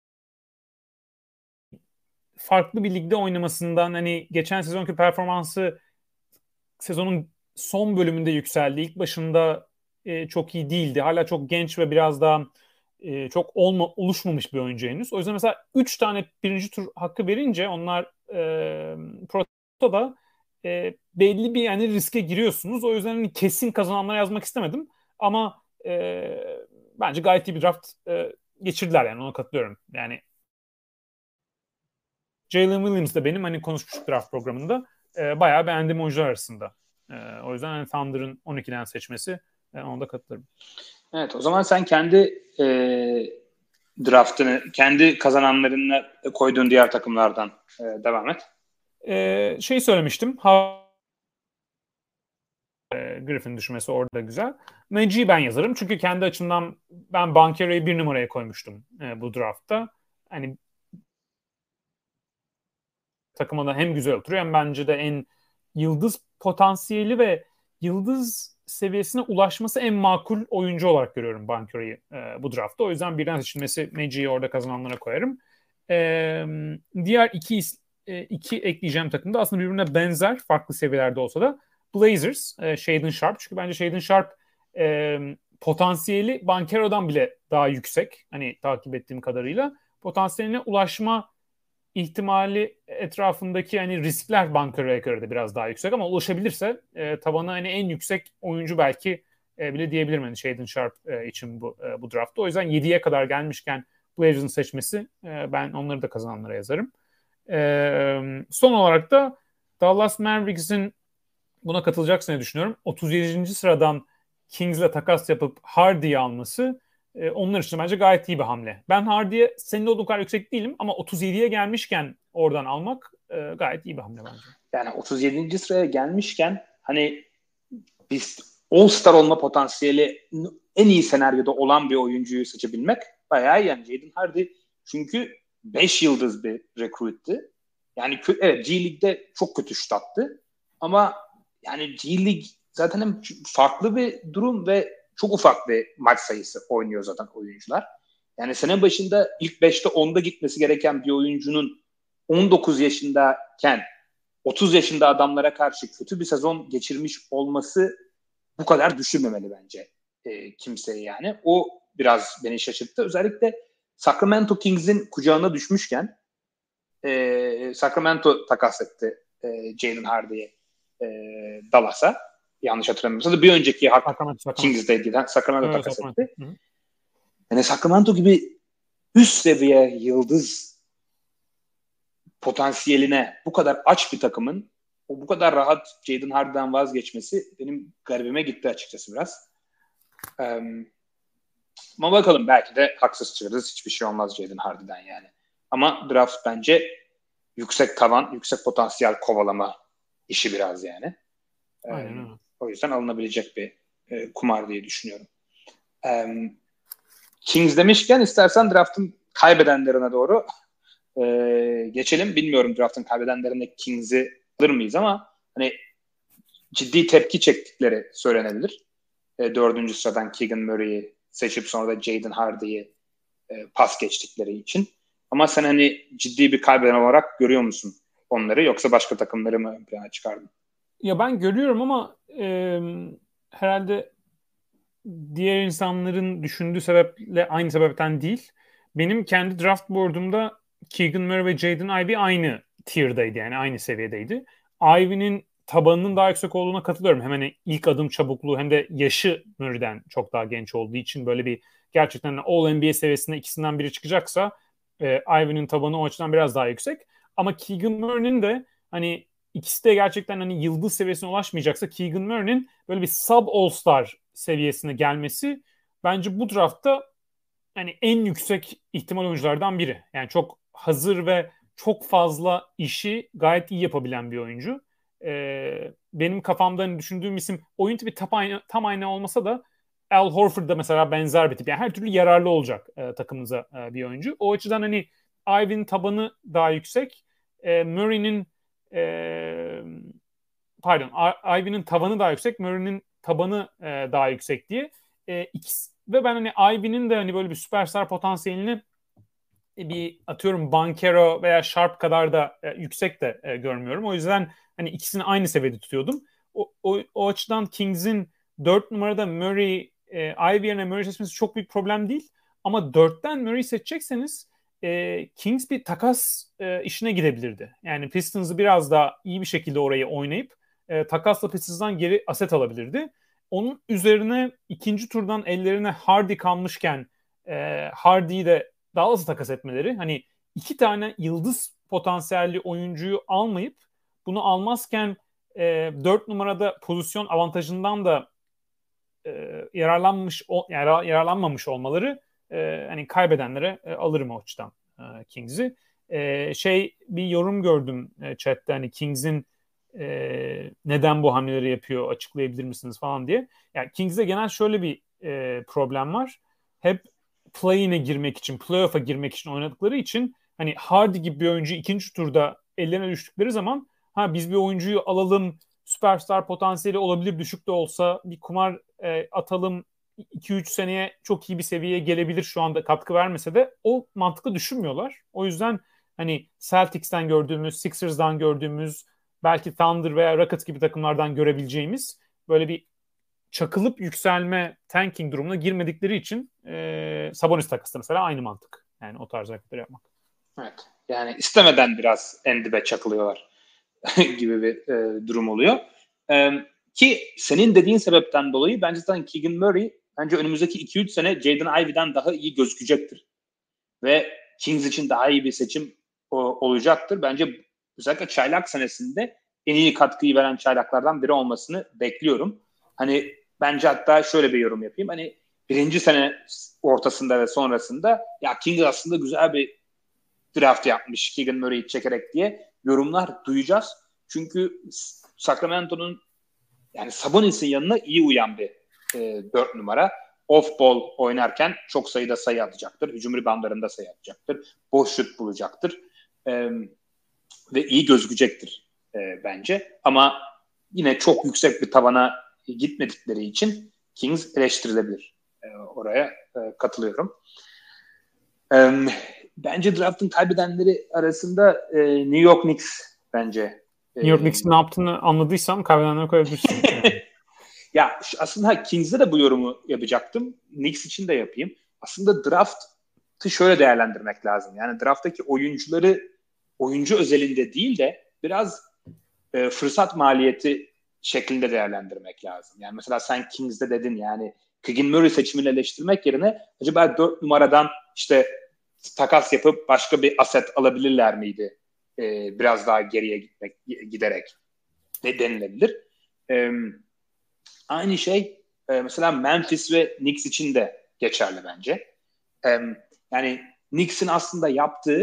farklı bir ligde oynamasından hani geçen sezonki performansı sezonun son bölümünde yükseldi. İlk başında e, çok iyi değildi. Hala çok genç ve biraz daha e, çok olma, oluşmamış bir oyuncu henüz. O yüzden mesela üç tane birinci tur hakkı verince onlar e, Proto'da e, belli bir yani riske giriyorsunuz. O yüzden hani kesin kazananlara yazmak istemedim. Ama e, bence gayet iyi bir draft e, geçirdiler yani ona katılıyorum. Yani Jalen Williams da benim hani konuşmuştuk draft programında e, bayağı beğendiğim oyuncular arasında. E, o yüzden hani Thunder'ın on ikiden seçmesi e, ona da katılırım. Evet, o zaman sen kendi e, draftını, kendi kazananlarını koyduğun diğer takımlardan e, devam et. E, şey söylemiştim. Ha, e, Griffin düşmesi orada güzel. Naci'yi ben yazarım. Çünkü kendi açımdan ben Banchero'yu bir numaraya koymuştum e, bu draftta. Hani takıma da hem güzel oturuyor hem bence de en yıldız potansiyeli ve yıldız seviyesine ulaşması en makul oyuncu olarak görüyorum Banchero'yu e, bu draftta. O yüzden birden seçilmesi Naci'yi orada kazananlara koyarım. E, diğer iki e, iki ekleyeceğim takımda aslında birbirine benzer farklı seviyelerde olsa da Blazers, e, Shaedon Sharpe. Çünkü bence Shaedon Sharpe e, potansiyeli Banchero'dan bile daha yüksek. Hani takip ettiğim kadarıyla. Potansiyeline ulaşma ihtimali etrafındaki hani riskler Banchero'ya göre de biraz daha yüksek ama ulaşabilirse e, tavanı hani en yüksek oyuncu belki e, bile diyebilirim hani Shaedon Sharpe e, için bu e, bu draftta. O yüzden yediye kadar gelmişken Blazers'ın seçmesi e, ben onları da kazananlara yazarım. E, son olarak da Dallas Mavericks'in buna katılacaksın diye düşünüyorum. otuz yedinci sıradan Kings'le takas yapıp Hardy'yi alması e, onlar için bence gayet iyi bir hamle. Ben Hardy'ye senin olduğun kadar yüksek değilim ama otuz yediye gelmişken oradan almak e, gayet iyi bir hamle bence. Yani otuz yedinci sıraya gelmişken hani biz All-Star olma potansiyeli en iyi senaryoda olan bir oyuncuyu seçebilmek bayağı iyi. Yani Jaden Hardy çünkü beş yıldız bir recruit'ti. Yani evet G League'de çok kötü şut attı. Ama yani G League zaten hem farklı bir durum ve çok ufak bir maç sayısı oynuyor zaten oyuncular. Yani sene başında ilk beşte onda gitmesi gereken bir oyuncunun on dokuz yaşındayken otuz yaşında adamlara karşı kötü bir sezon geçirmiş olması bu kadar düşürmemeli bence e, kimseyi yani. O biraz beni şaşırttı. Özellikle Sacramento Kings'in kucağına düşmüşken e, Sacramento takas etti e, Jalen Hardy'ye e, Dallas'a. Yanlış hatırlamıyorsam da bir önceki hak Sacramento, Sacramento. Kings'deydi. Sacramento evet, takas Sacramento. etti. Hı-hı. Yani Sacramento gibi üst seviye yıldız potansiyeline bu kadar aç bir takımın o bu kadar rahat Jaden Hardy'den vazgeçmesi benim garibime gitti açıkçası biraz. Um, ama bakalım belki de haksız çıkarız. Hiçbir şey olmaz Jaden Hardy'den yani. Ama draft bence yüksek tavan, yüksek potansiyel kovalama işi biraz yani. Aynen öyle. O yüzden alınabilecek bir e, kumar diye düşünüyorum. E, Kings demişken istersen draftın kaybedenlerine doğru e, geçelim. Bilmiyorum draftın kaybedenlerine Kings'i alır mıyız ama hani ciddi tepki çektikleri söylenebilir. E, dördüncü sıradan Keegan Murray'i seçip sonra da Jaden Hardy'yi e, pas geçtikleri için. Ama sen hani ciddi bir kaybeden olarak görüyor musun onları, yoksa başka takımları mı ön plana çıkardın? Ya ben görüyorum ama e, herhalde diğer insanların düşündüğü sebeple aynı sebepten değil. Benim kendi draft board'umda Keegan Murray ve Jaden Ivey aynı tier'daydı, yani aynı seviyedeydi. Ivey'nin tabanının daha yüksek olduğuna katılıyorum. Hem hani ilk adım çabukluğu hem de yaşı Murray'den çok daha genç olduğu için böyle bir gerçekten All N B A seviyesinde ikisinden biri çıkacaksa e, Ivey'nin tabanı o açıdan biraz daha yüksek. Ama Keegan Murray'nin de hani ikisi de gerçekten hani yıldız seviyesine ulaşmayacaksa Keegan Murray'nin böyle bir sub all-star seviyesine gelmesi bence bu draftta yani en yüksek ihtimal oyunculardan biri. Yani çok hazır ve çok fazla işi gayet iyi yapabilen bir oyuncu. Ee, benim kafamda hani düşündüğüm isim oyun tipi tam aynı, tam aynı olmasa da Al Horford'da mesela benzer bir tip. Yani her türlü yararlı olacak e, takımımıza e, bir oyuncu. O açıdan hani Ivey'nin tabanı daha yüksek. E, Murray'nin e, pardon Ivey'nin tavanı daha yüksek. Murray'nin tabanı e, daha yüksek diye. E, ikisi, ve ben hani Ivey'nin de hani böyle bir süperstar potansiyelini e, bir atıyorum Banchero veya Sharp kadar da e, yüksek de e, görmüyorum. O yüzden hani ikisini aynı seviyede tutuyordum. O, o, o açıdan Kings'in dört numarada Murray, e, Ivey yerine Murray seçmesi çok büyük problem değil. Ama dörtten Murray seçecekseniz e, Kings bir takas e, işine gidebilirdi. Yani Pistons'ı biraz daha iyi bir şekilde orayı oynayıp e, takasla Pistons'dan geri aset alabilirdi. Onun üzerine ikinci turdan ellerine Hardy kalmışken e, Hardy'yi de Dallas'a takas etmeleri, hani iki tane yıldız potansiyelli oyuncuyu almayıp bunu almazken e, dört numarada pozisyon avantajından da e, yararlanmış o, yarar, yararlanmamış olmaları e, hani kaybedenlere e, alırım o açıdan e, Kings'i. E, şey bir yorum gördüm e, chatte, hani Kings'in e, neden bu hamleleri yapıyor açıklayabilir misiniz falan diye. Yani Kings'de genel şöyle bir e, problem var. Hep play-in'e girmek için, playoff'a girmek için oynadıkları için hani Hardy gibi bir oyuncu ikinci turda ellerine düştükleri zaman ha biz bir oyuncuyu alalım, süperstar potansiyeli olabilir, düşük de olsa bir kumar e, atalım, iki üç seneye çok iyi bir seviyeye gelebilir, şu anda katkı vermese de o mantıklı düşünmüyorlar. O yüzden hani Celtics'ten gördüğümüz, Sixers'dan gördüğümüz, belki Thunder veya Rockets gibi takımlardan görebileceğimiz böyle bir çakılıp yükselme, tanking durumuna girmedikleri için e, Sabonis takası mesela aynı mantık. Yani o tarz hareketler yapmak. Evet. Yani istemeden biraz en dibe çakılıyorlar gibi bir e, durum oluyor. E, ki senin dediğin sebepten dolayı bence zaten Keegan Murray bence önümüzdeki iki üç sene Jaden Ivey'den daha iyi gözükecektir. Ve Kings için daha iyi bir seçim o, olacaktır. Bence özellikle çaylak senesinde en iyi katkıyı veren çaylaklardan biri olmasını bekliyorum. Hani bence hatta şöyle bir yorum yapayım. Hani birinci sene ortasında ve sonrasında ya Kings aslında güzel bir draft yapmış Keegan Murray'i çekerek diye yorumlar duyacağız. Çünkü Sacramento'nun yani Sabonis'in yanına iyi uyan bir e, dört numara. Off-ball oynarken çok sayıda sayı atacaktır. Hücum reboundlarında sayı atacaktır. Boş şut bulacaktır. E, ve iyi gözükecektir e, bence. Ama yine çok yüksek bir tavana gitmedikleri için Kings eleştirilebilir. E, oraya e, katılıyorum. E, bence draft'ın kaybedenleri arasında e, New York Knicks bence. E, New York Knicks'in ne yaptığını anladıysam kaybedenleri koyabilirsin. Ya aslında Kings'de de bu yorumu yapacaktım. Knicks için de yapayım. Aslında draft'ı şöyle değerlendirmek lazım. Yani draft'taki oyuncuları oyuncu özelinde değil de biraz e, fırsat maliyeti şeklinde değerlendirmek lazım. Yani mesela sen Kings'de dedin yani Keegan Murray seçimini eleştirmek yerine acaba dört numaradan işte takas yapıp başka bir aset alabilirler miydi? E, biraz daha geriye gitmek giderek ne denilebilir? E, aynı şey e, mesela Memphis ve Knicks için de geçerli bence. E, yani Knicks'in aslında yaptığı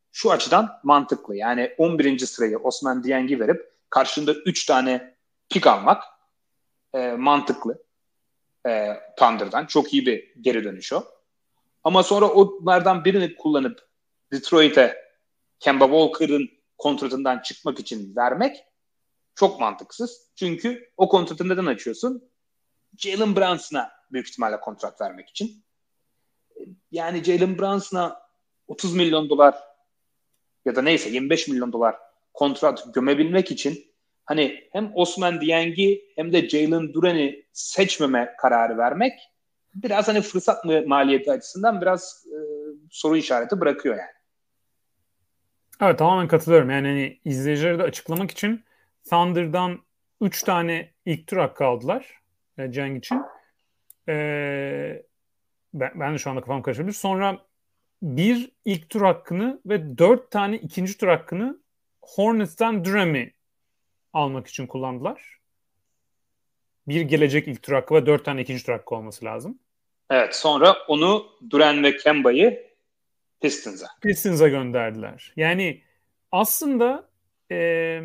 şu açıdan mantıklı. Yani on birinci sırayı Osman Dieng'i verip karşında üç tane pik almak e, mantıklı. E, Thunder'dan. Çok iyi bir geri dönüş o. Ama sonra onlardan birini kullanıp Detroit'e Kemba Walker'ın kontratından çıkmak için vermek çok mantıksız. Çünkü o kontratı neden açıyorsun? Jalen Brunson'a büyük ihtimalle kontrat vermek için. Yani Jalen Brunson'a otuz milyon dolar ya da neyse yirmi beş milyon dolar kontrat gömebilmek için hani hem Osman Dieng'i hem de Jalen Duren'i seçmeme kararı vermek biraz hani fırsat maliyeti açısından biraz e, soru işareti bırakıyor yani. Evet, tamamen katılıyorum. Yani hani izleyicilere de açıklamak için Thunder'dan üç tane ilk tur hakkı aldılar e, Cenk için. E, ben, ben de şu anda kafam karışabilir. Sonra bir ilk tur hakkını ve dört tane ikinci tur hakkını Hornets'tan Duren'i almak için kullandılar. Bir gelecek ilk tur hakkı ve dört tane ikinci tur hakkı olması lazım. Evet, sonra onu Duren ve Kemba'yı Pistons'a. Pistons'a gönderdiler. Yani aslında e,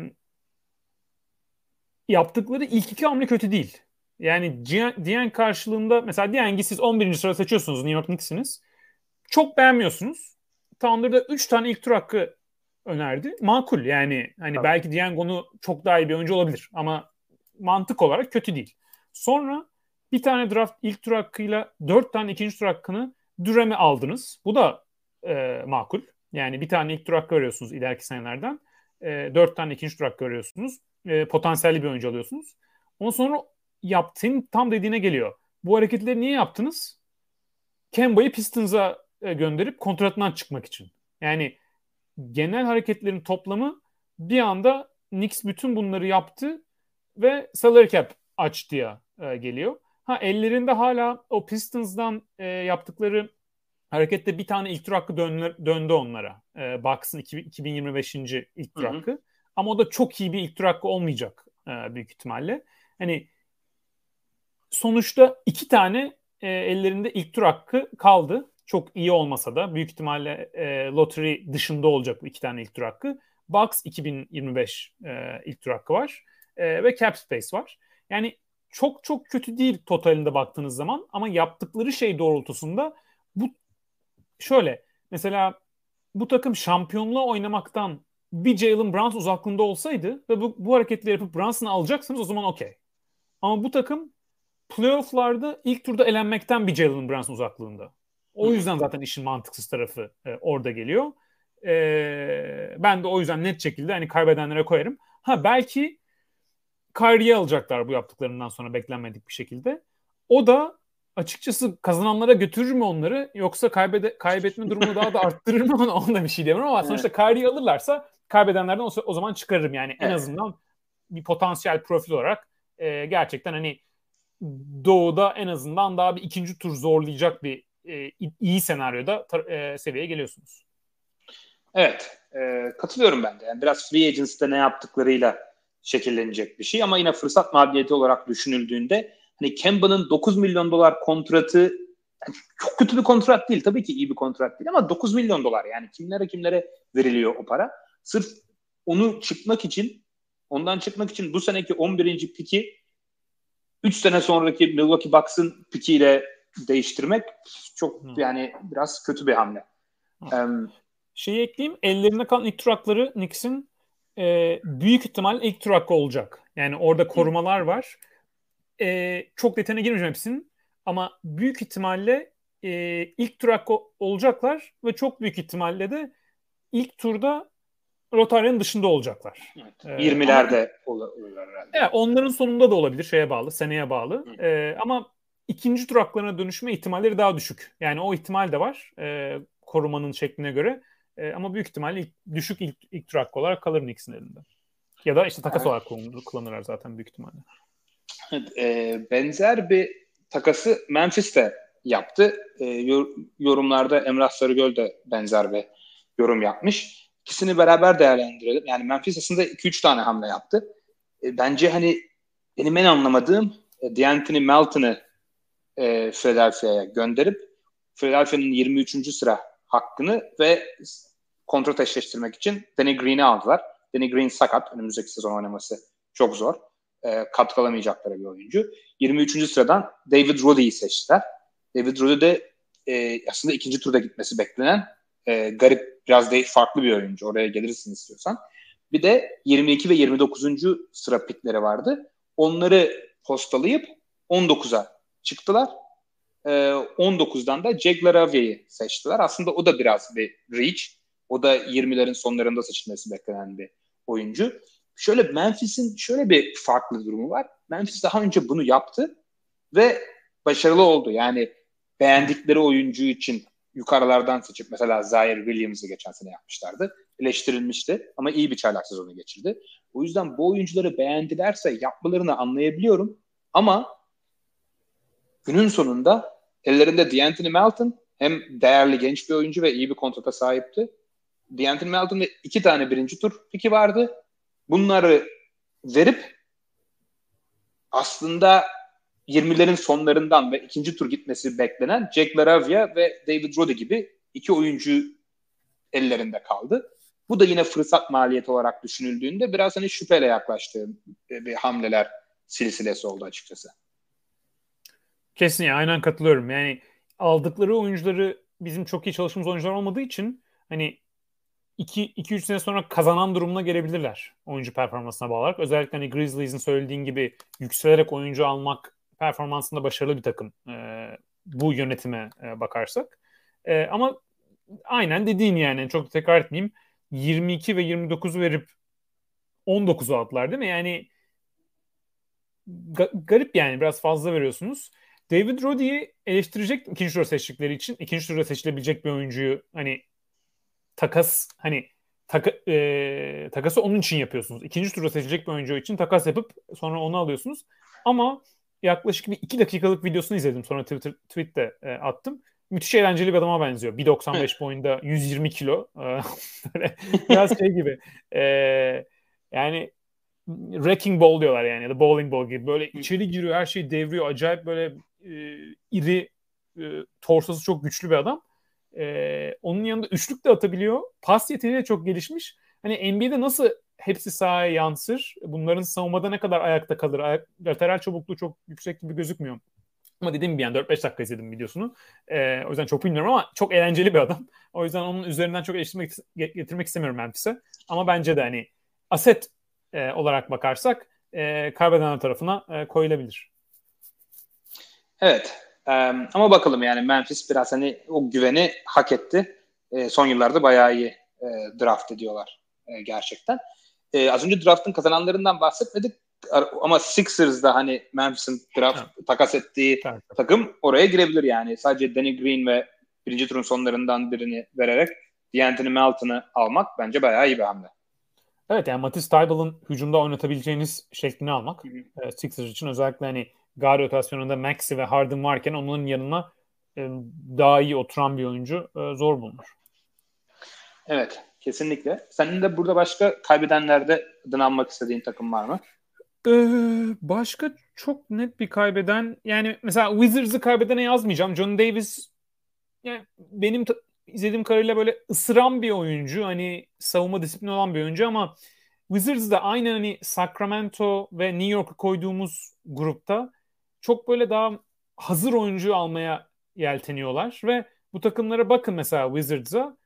yaptıkları ilk iki hamle kötü değil. Yani Dieng karşılığında mesela Dieng'i siz on birinci sırada seçiyorsunuz, New York Knicks'iniz. Çok beğenmiyorsunuz. Thunder'da üç tane ilk tur hakkı önerdi. Makul yani hani Tabii. belki Dieng onu çok daha iyi bir oyuncu olabilir ama mantık olarak kötü değil. Sonra bir tane draft ilk tur hakkıyla dört tane ikinci tur hakkını Duren'e aldınız. Bu da e, makul. Yani bir tane ilk tur hakkı veriyorsunuz ileriki senelerden. E, dört tane ikinci tur hakkı veriyorsunuz. E, potansiyelli bir oyuncu alıyorsunuz. Ondan sonra yaptığın tam dediğine geliyor. Bu hareketleri niye yaptınız? Kemba'yı Pistons'a e, gönderip kontratından çıkmak için. Yani genel hareketlerin toplamı bir anda Knicks bütün bunları yaptı ve salary cap açtıya e, geliyor. Ha ellerinde hala o Pistons'dan e, yaptıkları harekette bir tane ilk tur hakkı dön, döndü onlara. E, Bucks'ın iki bin yirmi beşinci ilk tur Hı hı. hakkı. Ama o da çok iyi bir ilk tur hakkı olmayacak e, büyük ihtimalle. Hani sonuçta iki tane e, ellerinde ilk tur hakkı kaldı. Çok iyi olmasa da büyük ihtimalle e, lottery dışında olacak bu iki tane ilk tur hakkı. Bucks iki bin yirmi beş e, ilk tur hakkı var. E, ve cap space var. Yani çok çok kötü değil totalinde baktığınız zaman ama yaptıkları şey doğrultusunda bu şöyle mesela bu takım şampiyonluğa oynamaktan bir Jalen Brunson uzaklığında olsaydı ve bu, bu hareketleri yapıp Brunson'ı alacaksınız o zaman okey. Ama bu takım playoff'larda ilk turda elenmekten bir Jalen Brunson uzaklığında. O yüzden zaten işin mantıksız tarafı e, orada geliyor. E, ben de o yüzden net şekilde hani kaybedenlere koyarım. Ha belki Kyrie'yi alacaklar bu yaptıklarından sonra beklenmedik bir şekilde. O da açıkçası kazananlara götürür mü onları yoksa kaybede, kaybetme durumunu daha da arttırır mı onu, onu da bir şey diyemem ama evet. Sonuçta Kyrie'yi alırlarsa kaybedenlerden o, o zaman çıkarırım yani evet. En azından bir potansiyel profil olarak e, gerçekten hani Doğu'da en azından daha bir ikinci tur zorlayacak bir e, iyi senaryoda e, seviyeye geliyorsunuz. Evet. E, katılıyorum ben de. Yani biraz free agency'de ne yaptıklarıyla şekillenecek bir şey ama yine fırsat maliyeti olarak düşünüldüğünde hani Kemba'nın dokuz milyon dolar kontratı yani çok kötü bir kontrat değil. Tabii ki iyi bir kontrat değil ama dokuz milyon dolar yani kimlere kimlere veriliyor o para. Sırf onu çıkmak için ondan çıkmak için bu seneki on birinci piki üç sene sonraki Milwaukee Bucks'ın pikiyle değiştirmek çok hmm. yani biraz kötü bir hamle. Um, Şeyi ekleyeyim. Ellerinde kalan ilk tur hakları Knicks'in e, büyük ihtimal ilk tur hakkı olacak. Yani orada korumalar var. E, çok detayına girmeyeceğim hepsinin. Ama büyük ihtimalle e, ilk tur hakkı olacaklar ve çok büyük ihtimalle de ilk turda rotaryanın dışında olacaklar. Evet, yirmilerde olurlar herhalde. Evet, onların sonunda da olabilir. Şeye bağlı, seneye bağlı. Ee, ama ikinci tur haklarına dönüşme ihtimalleri daha düşük. Yani o ihtimal de var. E, korumanın şekline göre. E, ama büyük ihtimalle ilk, düşük ilk, ilk tur hakkı olarak kalır Knicks'in elinde. Ya da işte takas evet. olarak kullanırlar zaten büyük ihtimalle. Evet, e, benzer bir takası Memphis de yaptı. E, yor, yorumlarda Emrah Sarıgöl de benzer bir yorum yapmış. İkisini beraber değerlendirelim. Yani Memphis aslında iki üç tane hamle yaptı. E, bence hani benim en anlamadığım e, D'Anthony Melton'ı e, Philadelphia'ya gönderip Philadelphia'nın yirmi üçüncü sıra hakkını ve kontrat eşleştirmek için Danny Green'i aldılar. Danny Green sakat. Önümüzdeki sezon oynaması çok zor. E, katkı alamayacakları bir oyuncu. yirmi üçüncü sıradan David Roddy'yi seçtiler. David Roddy de e, aslında ikinci turda gitmesi beklenen e, garip, biraz değil farklı bir oyuncu. Oraya gelirsin istiyorsan. Bir de yirmi iki ve yirmi dokuzuncu sıra pikleri vardı. Onları postalayıp on dokuza çıktılar. E, on dokuzdan da Jake LaRavia'yı seçtiler. Aslında o da biraz bir reach. O da yirmilerin sonlarında seçilmesi beklenen bir oyuncu. Şöyle Memphis'in şöyle bir farklı durumu var. Memphis daha önce bunu yaptı ve başarılı oldu. Yani beğendikleri oyuncu için yukarılardan seçip mesela Zaire Williams'ı geçen sene yapmışlardı. Eleştirilmişti ama iyi bir çaylak sezonu geçirdi. O yüzden bu oyuncuları beğendilerse yapmalarını anlayabiliyorum. Ama günün sonunda ellerinde D'Anthony Melton hem değerli genç bir oyuncu ve iyi bir kontrata sahipti. D'Anthony Melton ve iki tane birinci tur piki vardı. Bunları verip aslında yirmilerin sonlarından ve ikinci tur gitmesi beklenen Jake LaRavia ve David Roddy gibi iki oyuncu ellerinde kaldı. Bu da yine fırsat maliyeti olarak düşünüldüğünde biraz hani şüpheyle yaklaştığı bir hamleler silsilesi oldu açıkçası. Kesin ya, aynen katılıyorum. Yani aldıkları oyuncuları bizim çok iyi çalıştığımız oyuncular olmadığı için hani iki üç sene sonra kazanan durumuna gelebilirler oyuncu performansına bağlı olarak. Özellikle hani Grizzlies'in söylediğin gibi yükselerek oyuncu almak performansında başarılı bir takım e, bu yönetime e, bakarsak. E, ama aynen dediğin, yani çok tekrar etmeyeyim, yirmi iki ve yirmi dokuzu verip on dokuzu aldılar değil mi? Yani ga- garip yani, biraz fazla veriyorsunuz. David Roddy'yi eleştirecek ikinci turda seçtikleri için. İkinci turda seçilebilecek bir oyuncuyu hani takas hani taka, e, takası onun için yapıyorsunuz. İkinci turda seçilecek bir oyuncu için takas yapıp sonra onu alıyorsunuz. Ama yaklaşık bir iki dakikalık videosunu izledim. Sonra Twitter tweet'te e, attım. Müthiş eğlenceli bir adama benziyor. bir doksan beş boyunda, yüz yirmi kilo. Böyle biraz şey gibi. E, yani wrecking ball diyorlar yani, ya da bowling ball gibi. Böyle içeri giriyor, her şeyi devriyor. Acayip böyle e, iri, e, torsosu çok güçlü bir adam. Ee, onun yanında üçlük de atabiliyor. Pas yeteneği de çok gelişmiş. Hani N B A'de nasıl hepsi sahaya yansır? Bunların savunmada ne kadar ayakta kalır? Ayak, lateral çabukluğu çok yüksek gibi gözükmüyor. Ama dediğim gibi yani dört beş dakika izledim videosunu. Ee, o yüzden çok bilmiyorum ama çok eğlenceli bir adam. O yüzden onun üzerinden çok eleştirmek getirmek istemiyorum Memphis'e. Ama bence de hani aset e, olarak bakarsak e, kaybeden tarafına e, koyulabilir. Evet. Ee, ama bakalım yani Memphis biraz hani o güveni hak etti. Ee, son yıllarda bayağı iyi e, draft ediyorlar e, gerçekten. E, az önce draftın kazananlarından bahsetmedik ama Sixers'da hani Memphis'in draft evet. takas ettiği evet. takım oraya girebilir yani. Sadece Danny Green ve birinci turun sonlarından birini vererek D'Anthony Melton'ı almak bence bayağı iyi bir hamle. Evet, yani Matisse Thybulle'ın hücumda oynatabileceğiniz şeklini almak hı hı. Sixers için özellikle hani guard rotasyonunda Maxey ve Harden varken onun yanına e, daha iyi oturan bir oyuncu e, zor bulunur. Evet, kesinlikle. Senin de burada başka kaybedenlerde adını almak istediğin takım var mı? Ee, başka çok net bir kaybeden, yani mesela Wizards'ı kaybedene yazmayacağım. John Davis yani benim t- izlediğim kadarıyla böyle ısıran bir oyuncu. Hani savunma disiplini olan bir oyuncu ama Wizards'da aynı hani Sacramento ve New York'u koyduğumuz grupta çok böyle daha hazır oyuncu almaya yelteniyorlar ve bu takımlara bakın, mesela Wizards'a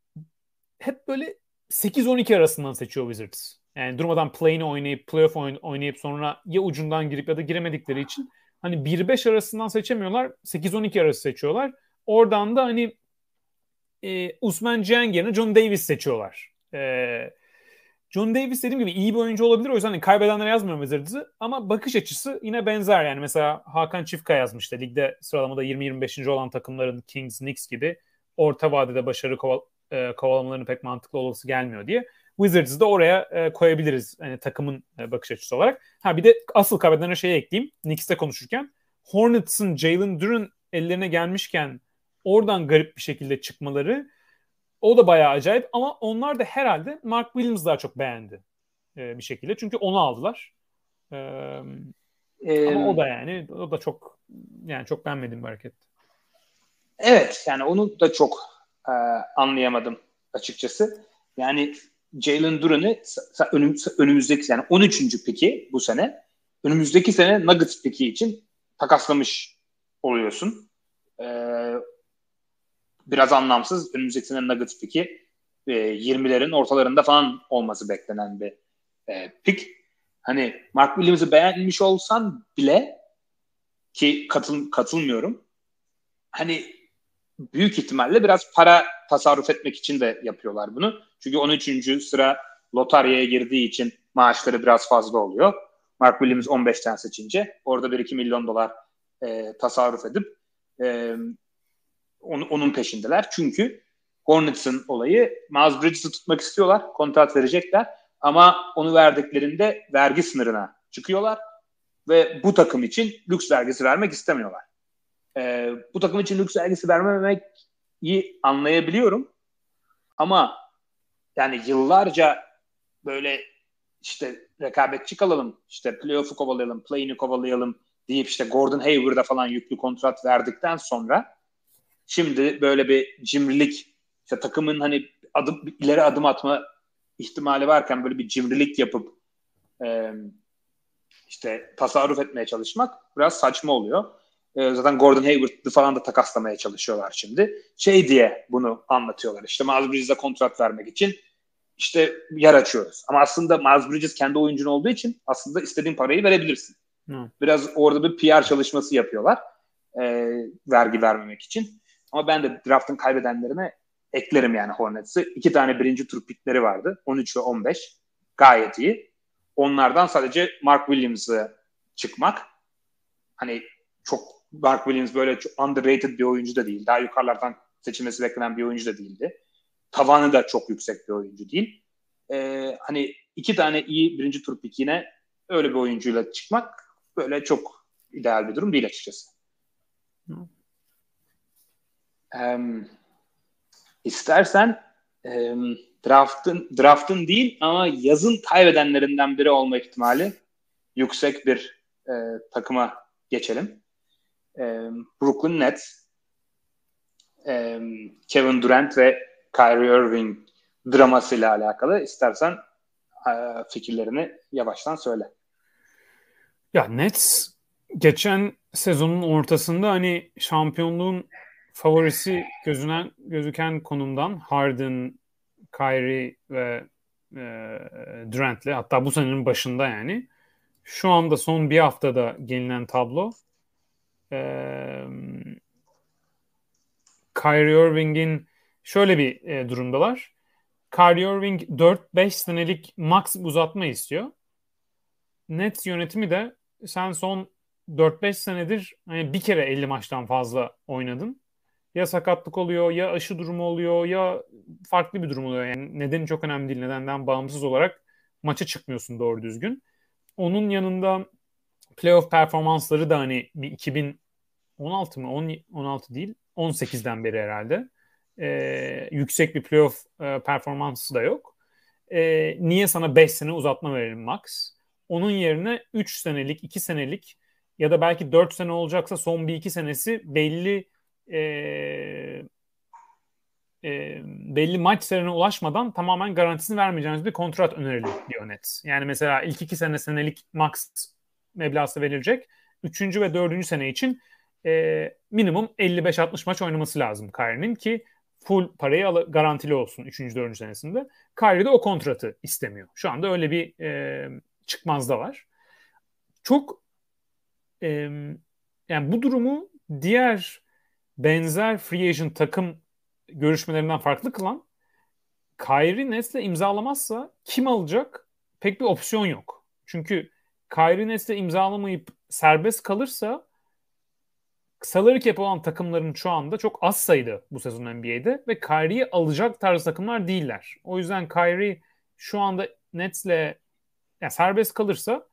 hep böyle sekiz on iki arasından seçiyor Wizards. Yani durmadan play'ini oynayıp playoff oynayıp sonra ya ucundan girip ya da giremedikleri için hani bir beş arasından seçemiyorlar. sekiz on iki arası seçiyorlar. Oradan da hani e, Usman Ceng yerine John Davis seçiyorlar. E, John Davis dediğim gibi iyi bir oyuncu olabilir. O yüzden hani kaybedenlere yazmıyorum Wizards'ı. Ama bakış açısı yine benzer. Yani mesela Hakan Çifka yazmıştı. Ligde sıralamada yirmi yirmi beşinci olan takımların Kings, Knicks gibi orta vadede başarı koval e, kovalamalarının pek mantıklı olası gelmiyor diye. Wizards'ı da oraya e, koyabiliriz. Yani takımın e, bakış açısı olarak. Ha bir de asıl kaybedenlere şeyi ekleyeyim. Knicks'te konuşurken Hornets'ın Jalen Duren ellerine gelmişken oradan garip bir şekilde çıkmaları, o da bayağı acayip ama onlar da herhalde Mark Williams daha çok beğendi e, bir şekilde. Çünkü onu aldılar. E, ee, ama o da yani o da çok yani çok beğenmediğim bir hareket. Evet, yani onu da çok e, anlayamadım açıkçası. Yani Jalen Duren'ı önümüzdeki yani on üçüncü piki bu sene önümüzdeki sene Nuggets piki için takaslamış oluyorsun. Ee, biraz anlamsız. Önümüzdeki sene Nuggets piki e, yirmilerin ortalarında falan olması beklenen bir e, pik. Hani Mark Williams'ı beğenmiş olsan bile ki katıl, katılmıyorum. Hani büyük ihtimalle biraz para tasarruf etmek için de yapıyorlar bunu. Çünkü on üçüncü sıra lotaryaya girdiği için maaşları biraz fazla oluyor. Mark Williams on beşten seçince orada bir iki milyon dolar e, tasarruf edip e, onu, onun peşindeler. Çünkü Hornets'ın olayı Miles Bridges'ı tutmak istiyorlar. Kontrat verecekler. Ama onu verdiklerinde vergi sınırına çıkıyorlar. Ve bu takım için lüks vergisi vermek istemiyorlar. Ee, bu takım için lüks vergisi vermemek iyi anlayabiliyorum. Ama yani yıllarca böyle işte rekabetçi kalalım, işte playoff'u kovalayalım, play'ini kovalayalım deyip işte Gordon Hayward'a falan yüklü kontrat verdikten sonra şimdi böyle bir cimrilik, işte takımın hani adım, ileri adım atma ihtimali varken böyle bir cimrilik yapıp e, işte tasarruf etmeye çalışmak biraz saçma oluyor. E, zaten Gordon Hayward'ı falan da takaslamaya çalışıyorlar şimdi. Şey diye bunu anlatıyorlar. İşte Miles Bridges'e kontrat vermek için işte yer açıyoruz. Ama aslında Miles Bridges kendi oyuncun olduğu için aslında istediğin parayı verebilirsin. Hmm. Biraz orada bir P R çalışması yapıyorlar. E, vergi vermemek için. Ama ben de draft'ın kaybedenlerine eklerim yani Hornets'ı. İki tane birinci tur pickleri vardı. on üç ve on beş. Gayet iyi. Onlardan sadece Mark Williams'ı çıkmak. Hani çok Mark Williams böyle çok underrated bir oyuncu da değil. Daha yukarılardan seçilmesi beklenen bir oyuncu da değildi. Tavanı da çok yüksek bir oyuncu değil. Ee, hani iki tane iyi birinci tur pickine öyle bir oyuncuyla çıkmak böyle çok ideal bir durum değil açıkçası. Hmm. Um, istersen um, draftın draftın değil ama yazın kaybedenlerinden biri olma ihtimali yüksek bir e, takıma geçelim. E, Brooklyn Nets, e, Kevin Durant ve Kyrie Irving dramasıyla alakalı istersen e, fikirlerini yavaştan söyle. Ya Nets geçen sezonun ortasında hani şampiyonluğun favorisi gözünen gözüken konumdan Harden, Kyrie ve e, Durant'le hatta bu senenin başında yani şu anda son bir haftada gelinen tablo e, Kyrie Irving'in şöyle bir e, durumdalar. Kyrie Irving dört beş senelik max uzatma istiyor. Nets yönetimi de sen son dört beş senedir hani bir kere elli maçtan fazla oynadın. Ya sakatlık oluyor, ya aşı durumu oluyor, ya farklı bir durum oluyor. Yani nedeni çok önemli değil. Nedenden bağımsız olarak maça çıkmıyorsun doğru düzgün. Onun yanında playoff performansları da hani bir iki bin on altı mı? on altı değil. on sekizden beri herhalde. Ee, yüksek bir playoff e, performansı da yok. Ee, niye sana beş sene uzatma verelim max? Onun yerine üç senelik, iki senelik ya da belki dört sene olacaksa son bir iki senesi belli e, e, belli maç sayılarına ulaşmadan tamamen garantisini vermeyeceğiniz bir kontrat önerelim diyor Nets. Yani mesela ilk iki sene senelik max meblağ verilecek. Üçüncü ve dördüncü sene için e, minimum elli beş altmış maç oynaması lazım Kyrie'nin ki full parayı al- garantili olsun üçüncü dördüncü senesinde. Kyrie de o kontratı istemiyor. Şu anda öyle bir e, çıkmazda var. Çok e, yani bu durumu diğer benzer free agent takım görüşmelerinden farklı kılan Kyrie Nets'le imzalamazsa kim alacak? Pek bir opsiyon yok. Çünkü Kyrie Nets'le imzalamayıp serbest kalırsa salary cap olan takımların şu anda çok az sayıda bu sezon N B A'de ve Kyrie'yi alacak tarz takımlar değiller. O yüzden Kyrie şu anda Nets'le yani serbest kalırsa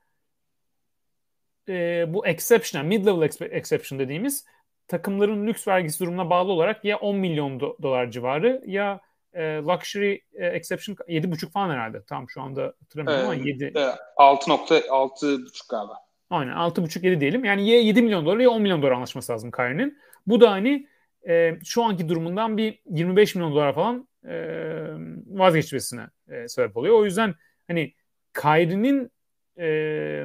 e, bu exception, mid-level exception dediğimiz takımların lüks vergisi durumuna bağlı olarak ya on milyon do- dolar civarı ya e, luxury e, exception yedi buçuk falan herhalde. Tam şu anda hatırlamıyorum ee, ama yedi. altı nokta altı buçuk galiba. Aynen altı buçuk yedi diyelim. Yani ya yedi milyon dolar ya on milyon dolar anlaşması lazım Kyrie'nin. Bu da hani e, şu anki durumundan bir yirmi beş milyon dolar falan e, vazgeçmesine e, sebep oluyor. O yüzden hani Kyrie'nin e,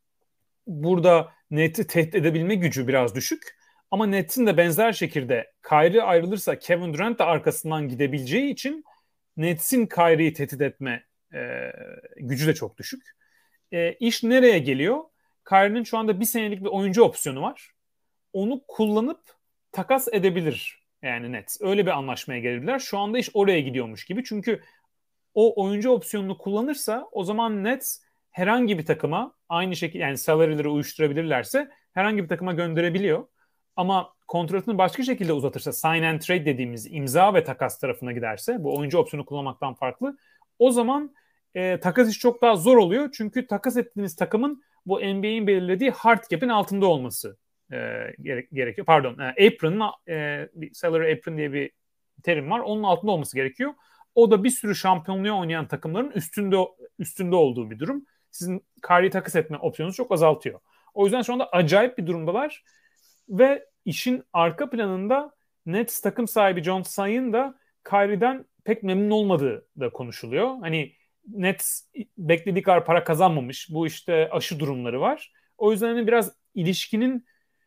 burada Nets'i tehdit edebilme gücü biraz düşük. Ama Nets'in de benzer şekilde Kyrie ayrılırsa Kevin Durant de arkasından gidebileceği için Nets'in Kyrie'yi tehdit etme e, gücü de çok düşük. E, iş nereye geliyor? Kyrie'nin şu anda bir senelik bir oyuncu opsiyonu var. Onu kullanıp takas edebilir yani Nets. Öyle bir anlaşmaya gelirler. Şu anda iş oraya gidiyormuş gibi. Çünkü o oyuncu opsiyonunu kullanırsa o zaman Nets herhangi bir takıma aynı şekilde yani salary'leri uyuşturabilirlerse herhangi bir takıma gönderebiliyor. Ama kontratını başka şekilde uzatırsa sign and trade dediğimiz imza ve takas tarafına giderse bu oyuncu opsiyonu kullanmaktan farklı. O zaman e, takas iş çok daha zor oluyor. Çünkü takas ettiğiniz takımın bu N B A'in belirlediği hard cap'in altında olması e, gere- gerekiyor. Pardon, e, apron'ın e, salary apron diye bir terim var. Onun altında olması gerekiyor. O da bir sürü şampiyonluğa oynayan takımların üstünde üstünde olduğu bir durum. Sizin Kyrie'yi takas etme opsiyonunuzu çok azaltıyor. O yüzden şu anda acayip bir durumdalar. Ve işin arka planında Nets takım sahibi John Tsai'nin da Kyrie'den pek memnun olmadığı da konuşuluyor. Hani Nets beklediği kadar para kazanmamış. Bu işte aşı durumları var. O yüzden hani biraz ilişkinin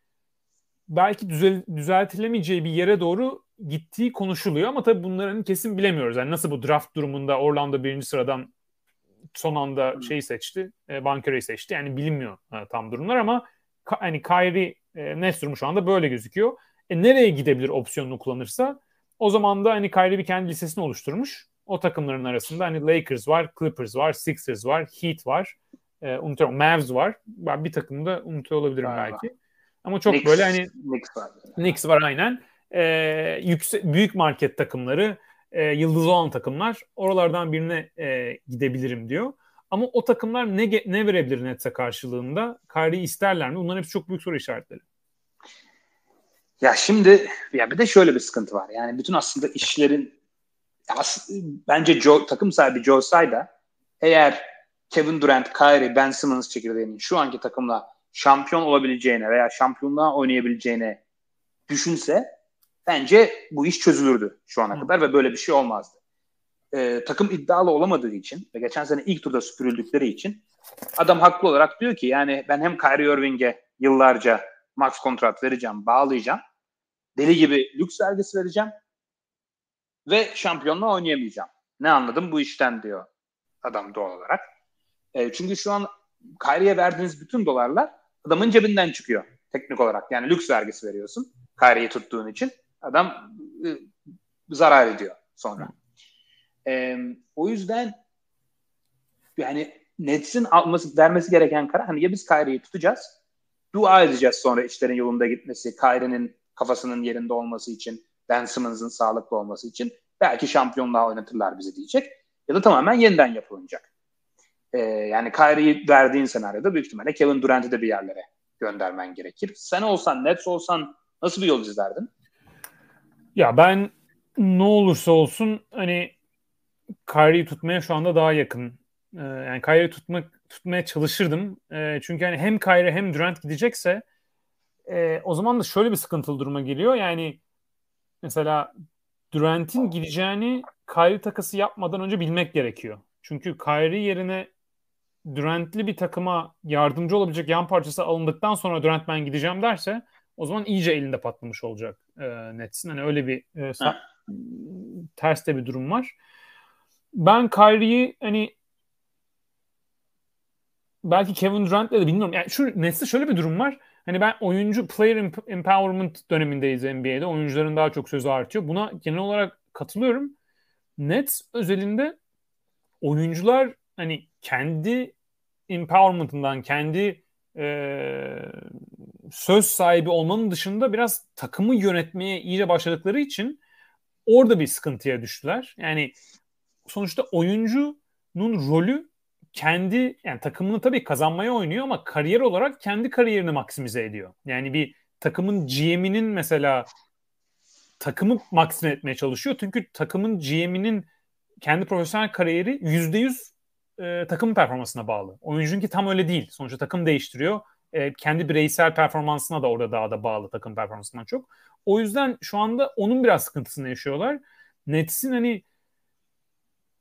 belki düzel, düzeltilemeyeceği bir yere doğru gittiği konuşuluyor. Ama tabii bunların kesin bilemiyoruz. Yani nasıl bu draft durumunda Orlando birinci sıradan son anda şeyi seçti, e, Bankero'yu seçti. Yani bilinmiyor e, tam durumlar ama ka, hani Kyrie e, Nets durumu şu anda böyle gözüküyor. E, nereye gidebilir opsiyonunu kullanırsa? O zaman da hani Kyrie bir kendi listesini oluşturmuş. O takımların arasında hani Lakers var, Clippers var, Sixers var, Heat var, e, unutuyorum, Mavs var. Ben bir takımı da unutuyor olabilirim Galiba. belki. Ama çok Knicks, böyle hani Knicks var. Knicks var aynen. E, yüksek, büyük market takımları, e, yıldızı olan takımlar, oralardan birine e, gidebilirim diyor. Ama o takımlar ne ne verebilir Nets'e karşılığında? Kyrie'yi isterler mi? Bunların hepsi çok büyük soru işaretleri. Ya şimdi ya bir de şöyle bir sıkıntı var. Yani bütün aslında işlerin aslında, bence Joe, takım sahibi Joe Tsai da eğer Kevin Durant, Kyrie, Ben Simmons çekirdeğinin şu anki takımla şampiyon olabileceğine veya şampiyonluğa oynayabileceğine düşünse bence bu iş çözülürdü şu ana Hı. kadar ve böyle bir şey olmazdı. Ee, takım iddialı olamadığı için ve geçen sene ilk turda süpürüldükleri için adam haklı olarak diyor ki yani ben hem Kyrie Irving'e yıllarca max kontrat vereceğim, bağlayacağım. Deli gibi lüks vergisi vereceğim ve şampiyonluğa oynayamayacağım. Ne anladım bu işten diyor adam doğal olarak. E, çünkü şu an Kyrie'ye verdiğiniz bütün dolarlar adamın cebinden çıkıyor teknik olarak. Yani lüks vergisi veriyorsun Kyrie'yi tuttuğun için. Adam e, zarar ediyor sonra. E, o yüzden yani Nets'in alması, vermesi gereken karar hani ya biz Kyrie'yi tutacağız, dua edeceğiz sonra işlerin yolunda gitmesi, Kyrie'nin kafasının yerinde olması için, Ben Simmons'ın sağlıklı olması için belki şampiyonluğa oynatırlar bizi diyecek. Ya da tamamen yeniden yapılacak. Ee, yani Kyrie'yi verdiğin senaryoda büyük ihtimalle Kevin Durant'i de bir yerlere göndermen gerekir. Sen olsan, Nets olsan nasıl bir yol izlerdin? Ya ben ne olursa olsun hani Kyrie'yi tutmaya şu anda daha yakın. Ee, yani Kyrie'yi tutmak, tutmaya çalışırdım. Ee, çünkü hani hem Kyrie hem Durant gidecekse e, o zaman da şöyle bir sıkıntılı duruma geliyor. Yani mesela Durant'in gideceğini Kyrie takası yapmadan önce bilmek gerekiyor. Çünkü Kyrie yerine Durant'li bir takıma yardımcı olabilecek yan parçası alındıktan sonra Durant ben gideceğim derse o zaman iyice elinde patlamış olacak e, Nets'in. Hani öyle bir e, sa- ters de bir durum var. Ben Kyrie'yi hani belki Kevin Durant'le de bilmiyorum. Yani şu Nets'te şöyle bir durum var. Hani ben oyuncu player empowerment dönemindeyiz N B A'de. Oyuncuların daha çok sözü artıyor. Buna genel olarak katılıyorum. Nets özelinde oyuncular hani kendi empowerment'ından, kendi e, söz sahibi olmanın dışında biraz takımı yönetmeye iyice başladıkları için orada bir sıkıntıya düştüler. Yani sonuçta oyuncunun rolü kendi yani takımını tabii kazanmaya oynuyor ama kariyer olarak kendi kariyerini maksimize ediyor. Yani bir takımın G M'inin mesela takımı maksime etmeye çalışıyor. Çünkü takımın G M'inin kendi profesyonel kariyeri yüzde yüz e, takım performansına bağlı. Oyuncunki tam öyle değil. Sonuçta takım değiştiriyor. E, kendi bireysel performansına da orada daha da bağlı takım performansından çok. O yüzden şu anda onun biraz sıkıntısını yaşıyorlar. Nets'in hani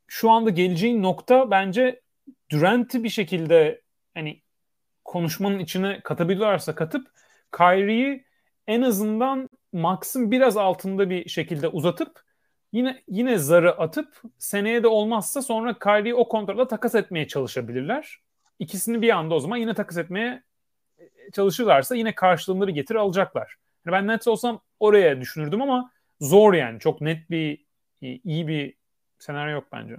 şu anda geleceğin nokta bence Durant'i bir şekilde hani konuşmanın içine katabiliyorlarsa katıp Kyrie'yi en azından Max'ın biraz altında bir şekilde uzatıp yine yine zarı atıp seneye de olmazsa sonra Kyrie'yi o kontratla takas etmeye çalışabilirler. İkisini bir anda o zaman yine takas etmeye çalışırlarsa yine karşılığını getir alacaklar. Yani ben Nets olsam oraya düşünürdüm ama zor yani. Çok net bir iyi bir senaryo yok bence.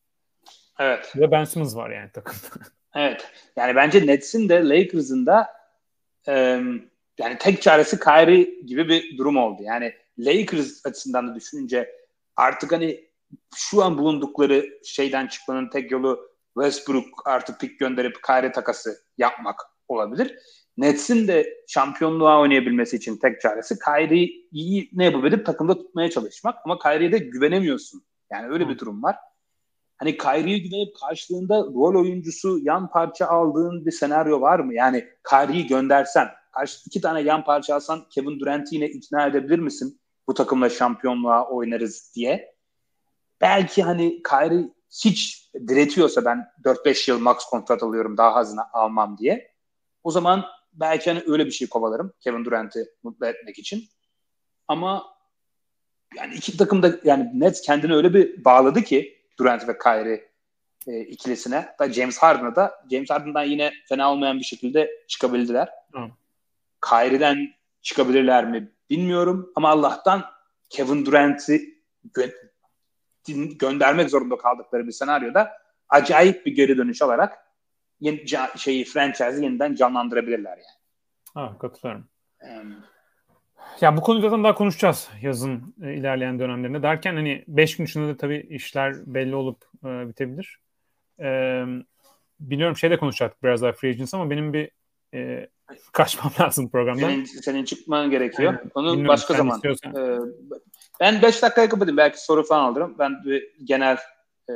Evet. Ve Ben Simmons var yani takımda. Evet. Yani bence Nets'in de Lakers'ın da e, yani tek çaresi Kyrie gibi bir durum oldu. Yani Lakers açısından da düşününce artık hani şu an bulundukları şeyden çıkmanın tek yolu Westbrook artık pik gönderip Kyrie takası yapmak olabilir. Nets'in de şampiyonluğa oynayabilmesi için tek çaresi Kyrie'yi ne yapıp takımda tutmaya çalışmak. Ama Kyrie'ye de güvenemiyorsun. Yani öyle Hı. bir durum var. Hani Kyrie'ye güvenip karşılığında rol oyuncusu yan parça aldığın bir senaryo var mı? Yani Kyrie'yi göndersen, karşı iki tane yan parça alsan Kevin Durant'i yine ikna edebilir misin? Bu takımla şampiyonluğa oynarız diye. Belki hani Kyrie hiç diretiyorsa ben dört beş yıl max kontrat alıyorum daha azını almam diye. O zaman belki hani öyle bir şey kovalarım Kevin Durant'i mutlu etmek için. Ama yani iki takım da yani Nets kendini öyle bir bağladı ki Durant ve Kyrie e, ikilisine da James Harden'a da James Harden'dan yine fena olmayan bir şekilde çıkabildiler. Hmm. Kyrie'den çıkabilirler mi bilmiyorum ama Allah'tan Kevin Durant'i gö- göndermek zorunda kaldıkları bir senaryoda acayip bir geri dönüş alarak yeni, ca- şeyi franchise'i yeniden canlandırabilirler yani. Ha, katılıyorum. Um, Ya bu konuyu zaten daha konuşacağız yazın e, ilerleyen dönemlerinde. Derken hani beş gün içinde de tabii işler belli olup e, bitebilir. E, biliyorum şey de konuşacaktık biraz daha free agents ama benim bir e, kaçmam lazım programdan. Senin, senin çıkman gerekiyor. Yani, Onu başka zaman. E, ben beş dakikaya kapatayım. Belki soru falan alırım. Ben bir genel e,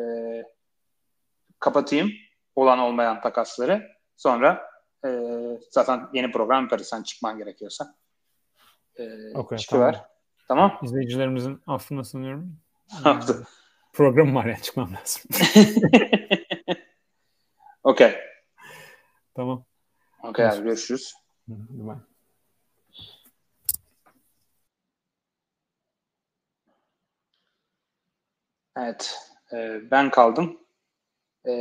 kapatayım olan olmayan takasları. Sonra e, zaten yeni program yaparız sen çıkman gerekiyorsa. E, okay, çıkıver. Tamam. tamam. İzleyicilerimizin affına sığınıyorum. Program var ya çıkmam lazım. Okey. Tamam. Okey abi görüşürüz. Bye. Evet. E, ben kaldım. E,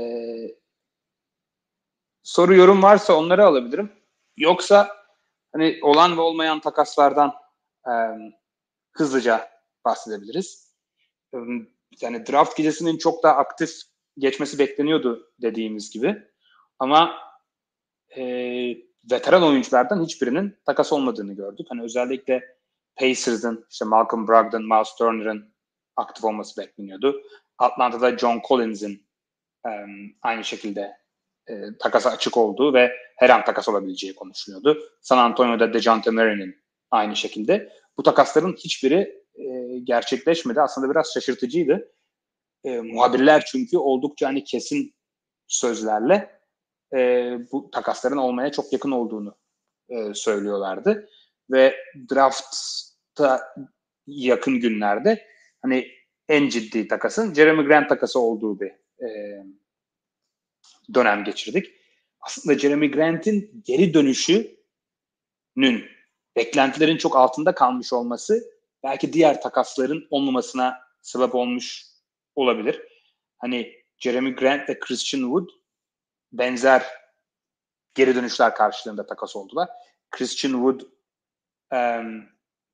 soru yorum varsa onları alabilirim. Yoksa hani olan ve olmayan takaslardan e, hızlıca bahsedebiliriz. E, yani draft gecesinin çok daha aktif geçmesi bekleniyordu dediğimiz gibi. Ama e, veteran oyunculardan hiçbirinin takas olmadığını gördük. Hani özellikle Pacers'ın, işte Malcolm Brogdon, Miles Turner'ın aktif olması bekleniyordu. Atlanta'da John Collins'in e, aynı şekilde e, takasa açık olduğu ve her an takas olabileceği konuşuluyordu. San Antonio'da DeJounte Murray'nin aynı şekilde. Bu takasların hiçbiri e, gerçekleşmedi. Aslında biraz şaşırtıcıydı. E, muhabirler çünkü oldukça hani kesin sözlerle e, bu takasların olmaya çok yakın olduğunu e, söylüyorlardı. Ve draftta yakın günlerde hani en ciddi takasın Jeremy Grant takası olduğu bir e, dönem geçirdik. Aslında Jeremy Grant'in geri dönüşünün beklentilerin çok altında kalmış olması belki diğer takasların olmamasına sebep olmuş olabilir. Hani Jeremy Grant ve Christian Wood benzer geri dönüşler karşılığında takas oldular. Christian Wood um,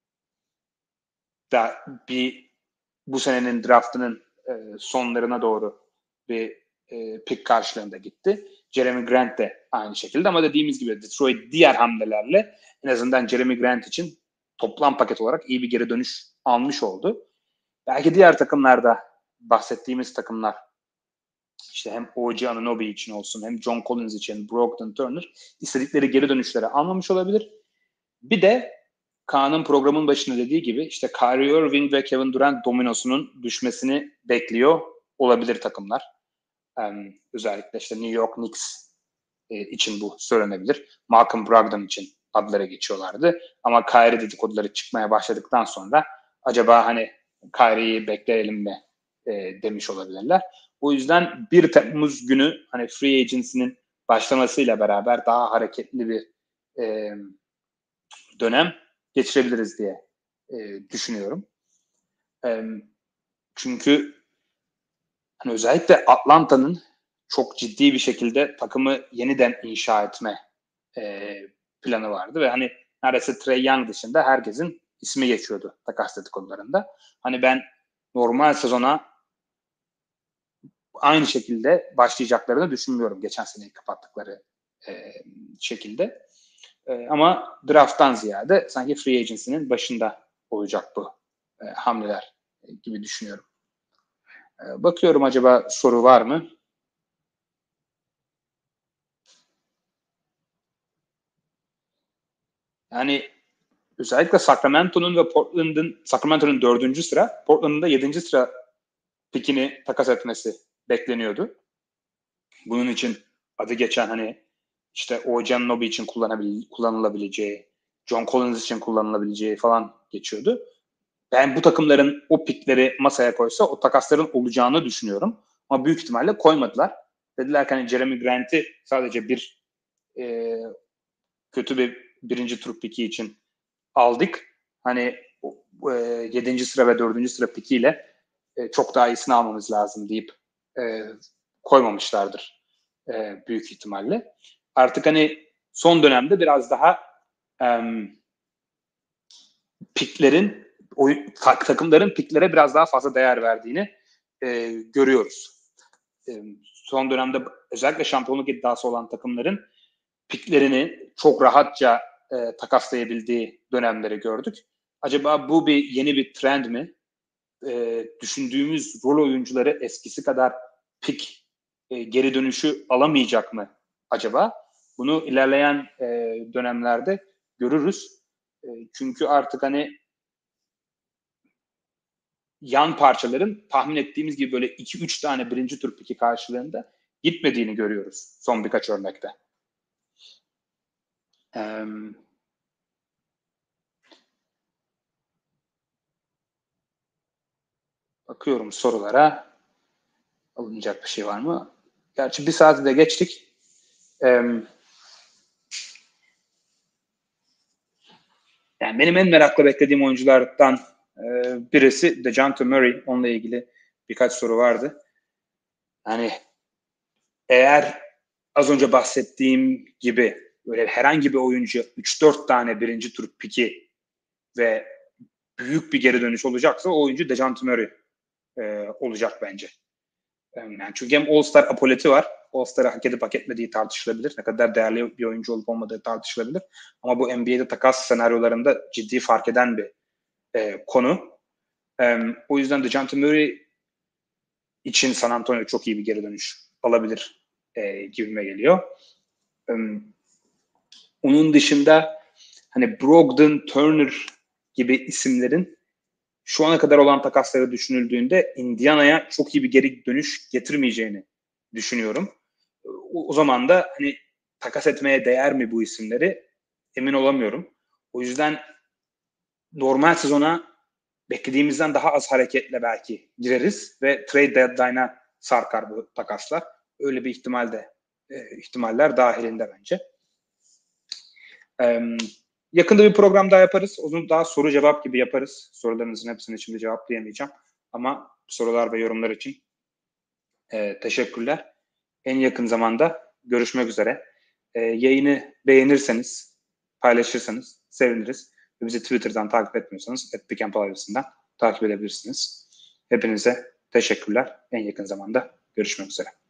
da bir bu senenin draftının e, sonlarına doğru bir e, pick karşılığında gitti. Jeremy Grant de aynı şekilde ama dediğimiz gibi Detroit diğer hamlelerle en azından Jeremy Grant için toplam paket olarak iyi bir geri dönüş almış oldu. Belki diğer takımlarda bahsettiğimiz takımlar işte hem O G Anunoby için olsun hem John Collins için Brogdon, Turner istedikleri geri dönüşleri almamış olabilir. Bir de Kaan'ın programın başında dediği gibi işte Kyrie Irving ve Kevin Durant dominosunun düşmesini bekliyor olabilir takımlar. Um, özellikle işte New York Knicks e, için bu söylenebilir. Malcolm Brogdon için adlara geçiyorlardı. Ama Kyrie dedikoduları çıkmaya başladıktan sonra acaba hani Kyrie'yi bekleyelim mi e, demiş olabilirler. O yüzden bir Temmuz günü hani free agency'nin başlamasıyla beraber daha hareketli bir e, dönem geçirebiliriz diye e, düşünüyorum. E, çünkü hani özellikle Atlanta'nın çok ciddi bir şekilde takımı yeniden inşa etme e, planı vardı ve hani neredeyse Trae Young dışında herkesin ismi geçiyordu takas dedikodularında. Hani ben normal sezona aynı şekilde başlayacaklarını düşünmüyorum geçen seneyi kapattıkları e, şekilde. E, ama draft'tan ziyade sanki free agency'nin başında olacak bu e, hamleler e, gibi düşünüyorum. E, bakıyorum acaba soru var mı? Yani özellikle Sacramento'nun ve Portland'ın Sacramento'nun dördüncü sıra, Portland'ın da yedinci sıra pikini takas etmesi bekleniyordu. Bunun için adı geçen hani işte O J Anunoby için kullanabil- kullanılabileceği, John Collins için kullanılabileceği falan geçiyordu. Ben bu takımların o pikleri masaya koysa o takasların olacağını düşünüyorum. Ama büyük ihtimalle koymadılar. Dediler ki hani Jeremy Grant'i sadece bir e, kötü bir birinci tur piki için aldık. Hani e, yedinci sıra ve dördüncü sıra pikiyle e, çok daha iyisini almamız lazım deyip e, koymamışlardır e, büyük ihtimalle. Artık hani son dönemde biraz daha e, piklerin oyun, tak, takımların piklere biraz daha fazla değer verdiğini e, görüyoruz. E, son dönemde özellikle şampiyonluk iddiası olan takımların piklerini çok rahatça e, takaslayabildiği dönemleri gördük. Acaba bu bir yeni bir trend mi? E, düşündüğümüz rol oyuncuları eskisi kadar pik e, geri dönüşü alamayacak mı acaba? Bunu ilerleyen e, dönemlerde görürüz. E, çünkü artık hani yan parçaların tahmin ettiğimiz gibi böyle iki üç tane birinci tur piki karşılığında gitmediğini görüyoruz son birkaç örnekte. Ee, bakıyorum sorulara. Alınacak bir şey var mı? Gerçi bir saati de geçtik. Ee, yani benim en merakla beklediğim oyunculardan e, birisi DeJounte Murray. Onunla ilgili birkaç soru vardı. Yani eğer az önce bahsettiğim gibi böyle herhangi bir oyuncu üç dört tane birinci tur piki ve büyük bir geri dönüş olacaksa o oyuncu DeJounte Murray e, olacak bence. Yani çünkü hem All-Star apoleti var. All-Star'ı hak edip hak etmediği tartışılabilir. Ne kadar değerli bir oyuncu olup olmadığı tartışılabilir. Ama bu N B A'de takas senaryolarında ciddi fark eden bir e, konu. E, o yüzden DeJounte Murray için San Antonio çok iyi bir geri dönüş alabilir e, gibime geliyor. E, onun dışında hani Brogdon, Turner gibi isimlerin şu ana kadar olan takasları düşünüldüğünde Indiana'ya çok iyi bir geri dönüş getirmeyeceğini düşünüyorum. O, o zaman da hani takas etmeye değer mi bu isimleri emin olamıyorum. O yüzden normal sezona beklediğimizden daha az hareketle belki gireriz ve trade deadline'a sarkar bu takaslar. Öyle bir ihtimal de e, ihtimaller dahilinde bence. Eee Yakında bir program daha yaparız. Uzun daha soru cevap gibi yaparız. Sorularınızın hepsini şimdi cevaplayamayacağım. Ama sorular ve yorumlar için e, teşekkürler. En yakın zamanda görüşmek üzere. E, yayını beğenirseniz, paylaşırsanız seviniriz. Ve bizi Twitter'dan takip etmiyorsanız at Pick and Polaris'inden takip edebilirsiniz. Hepinize teşekkürler. En yakın zamanda görüşmek üzere.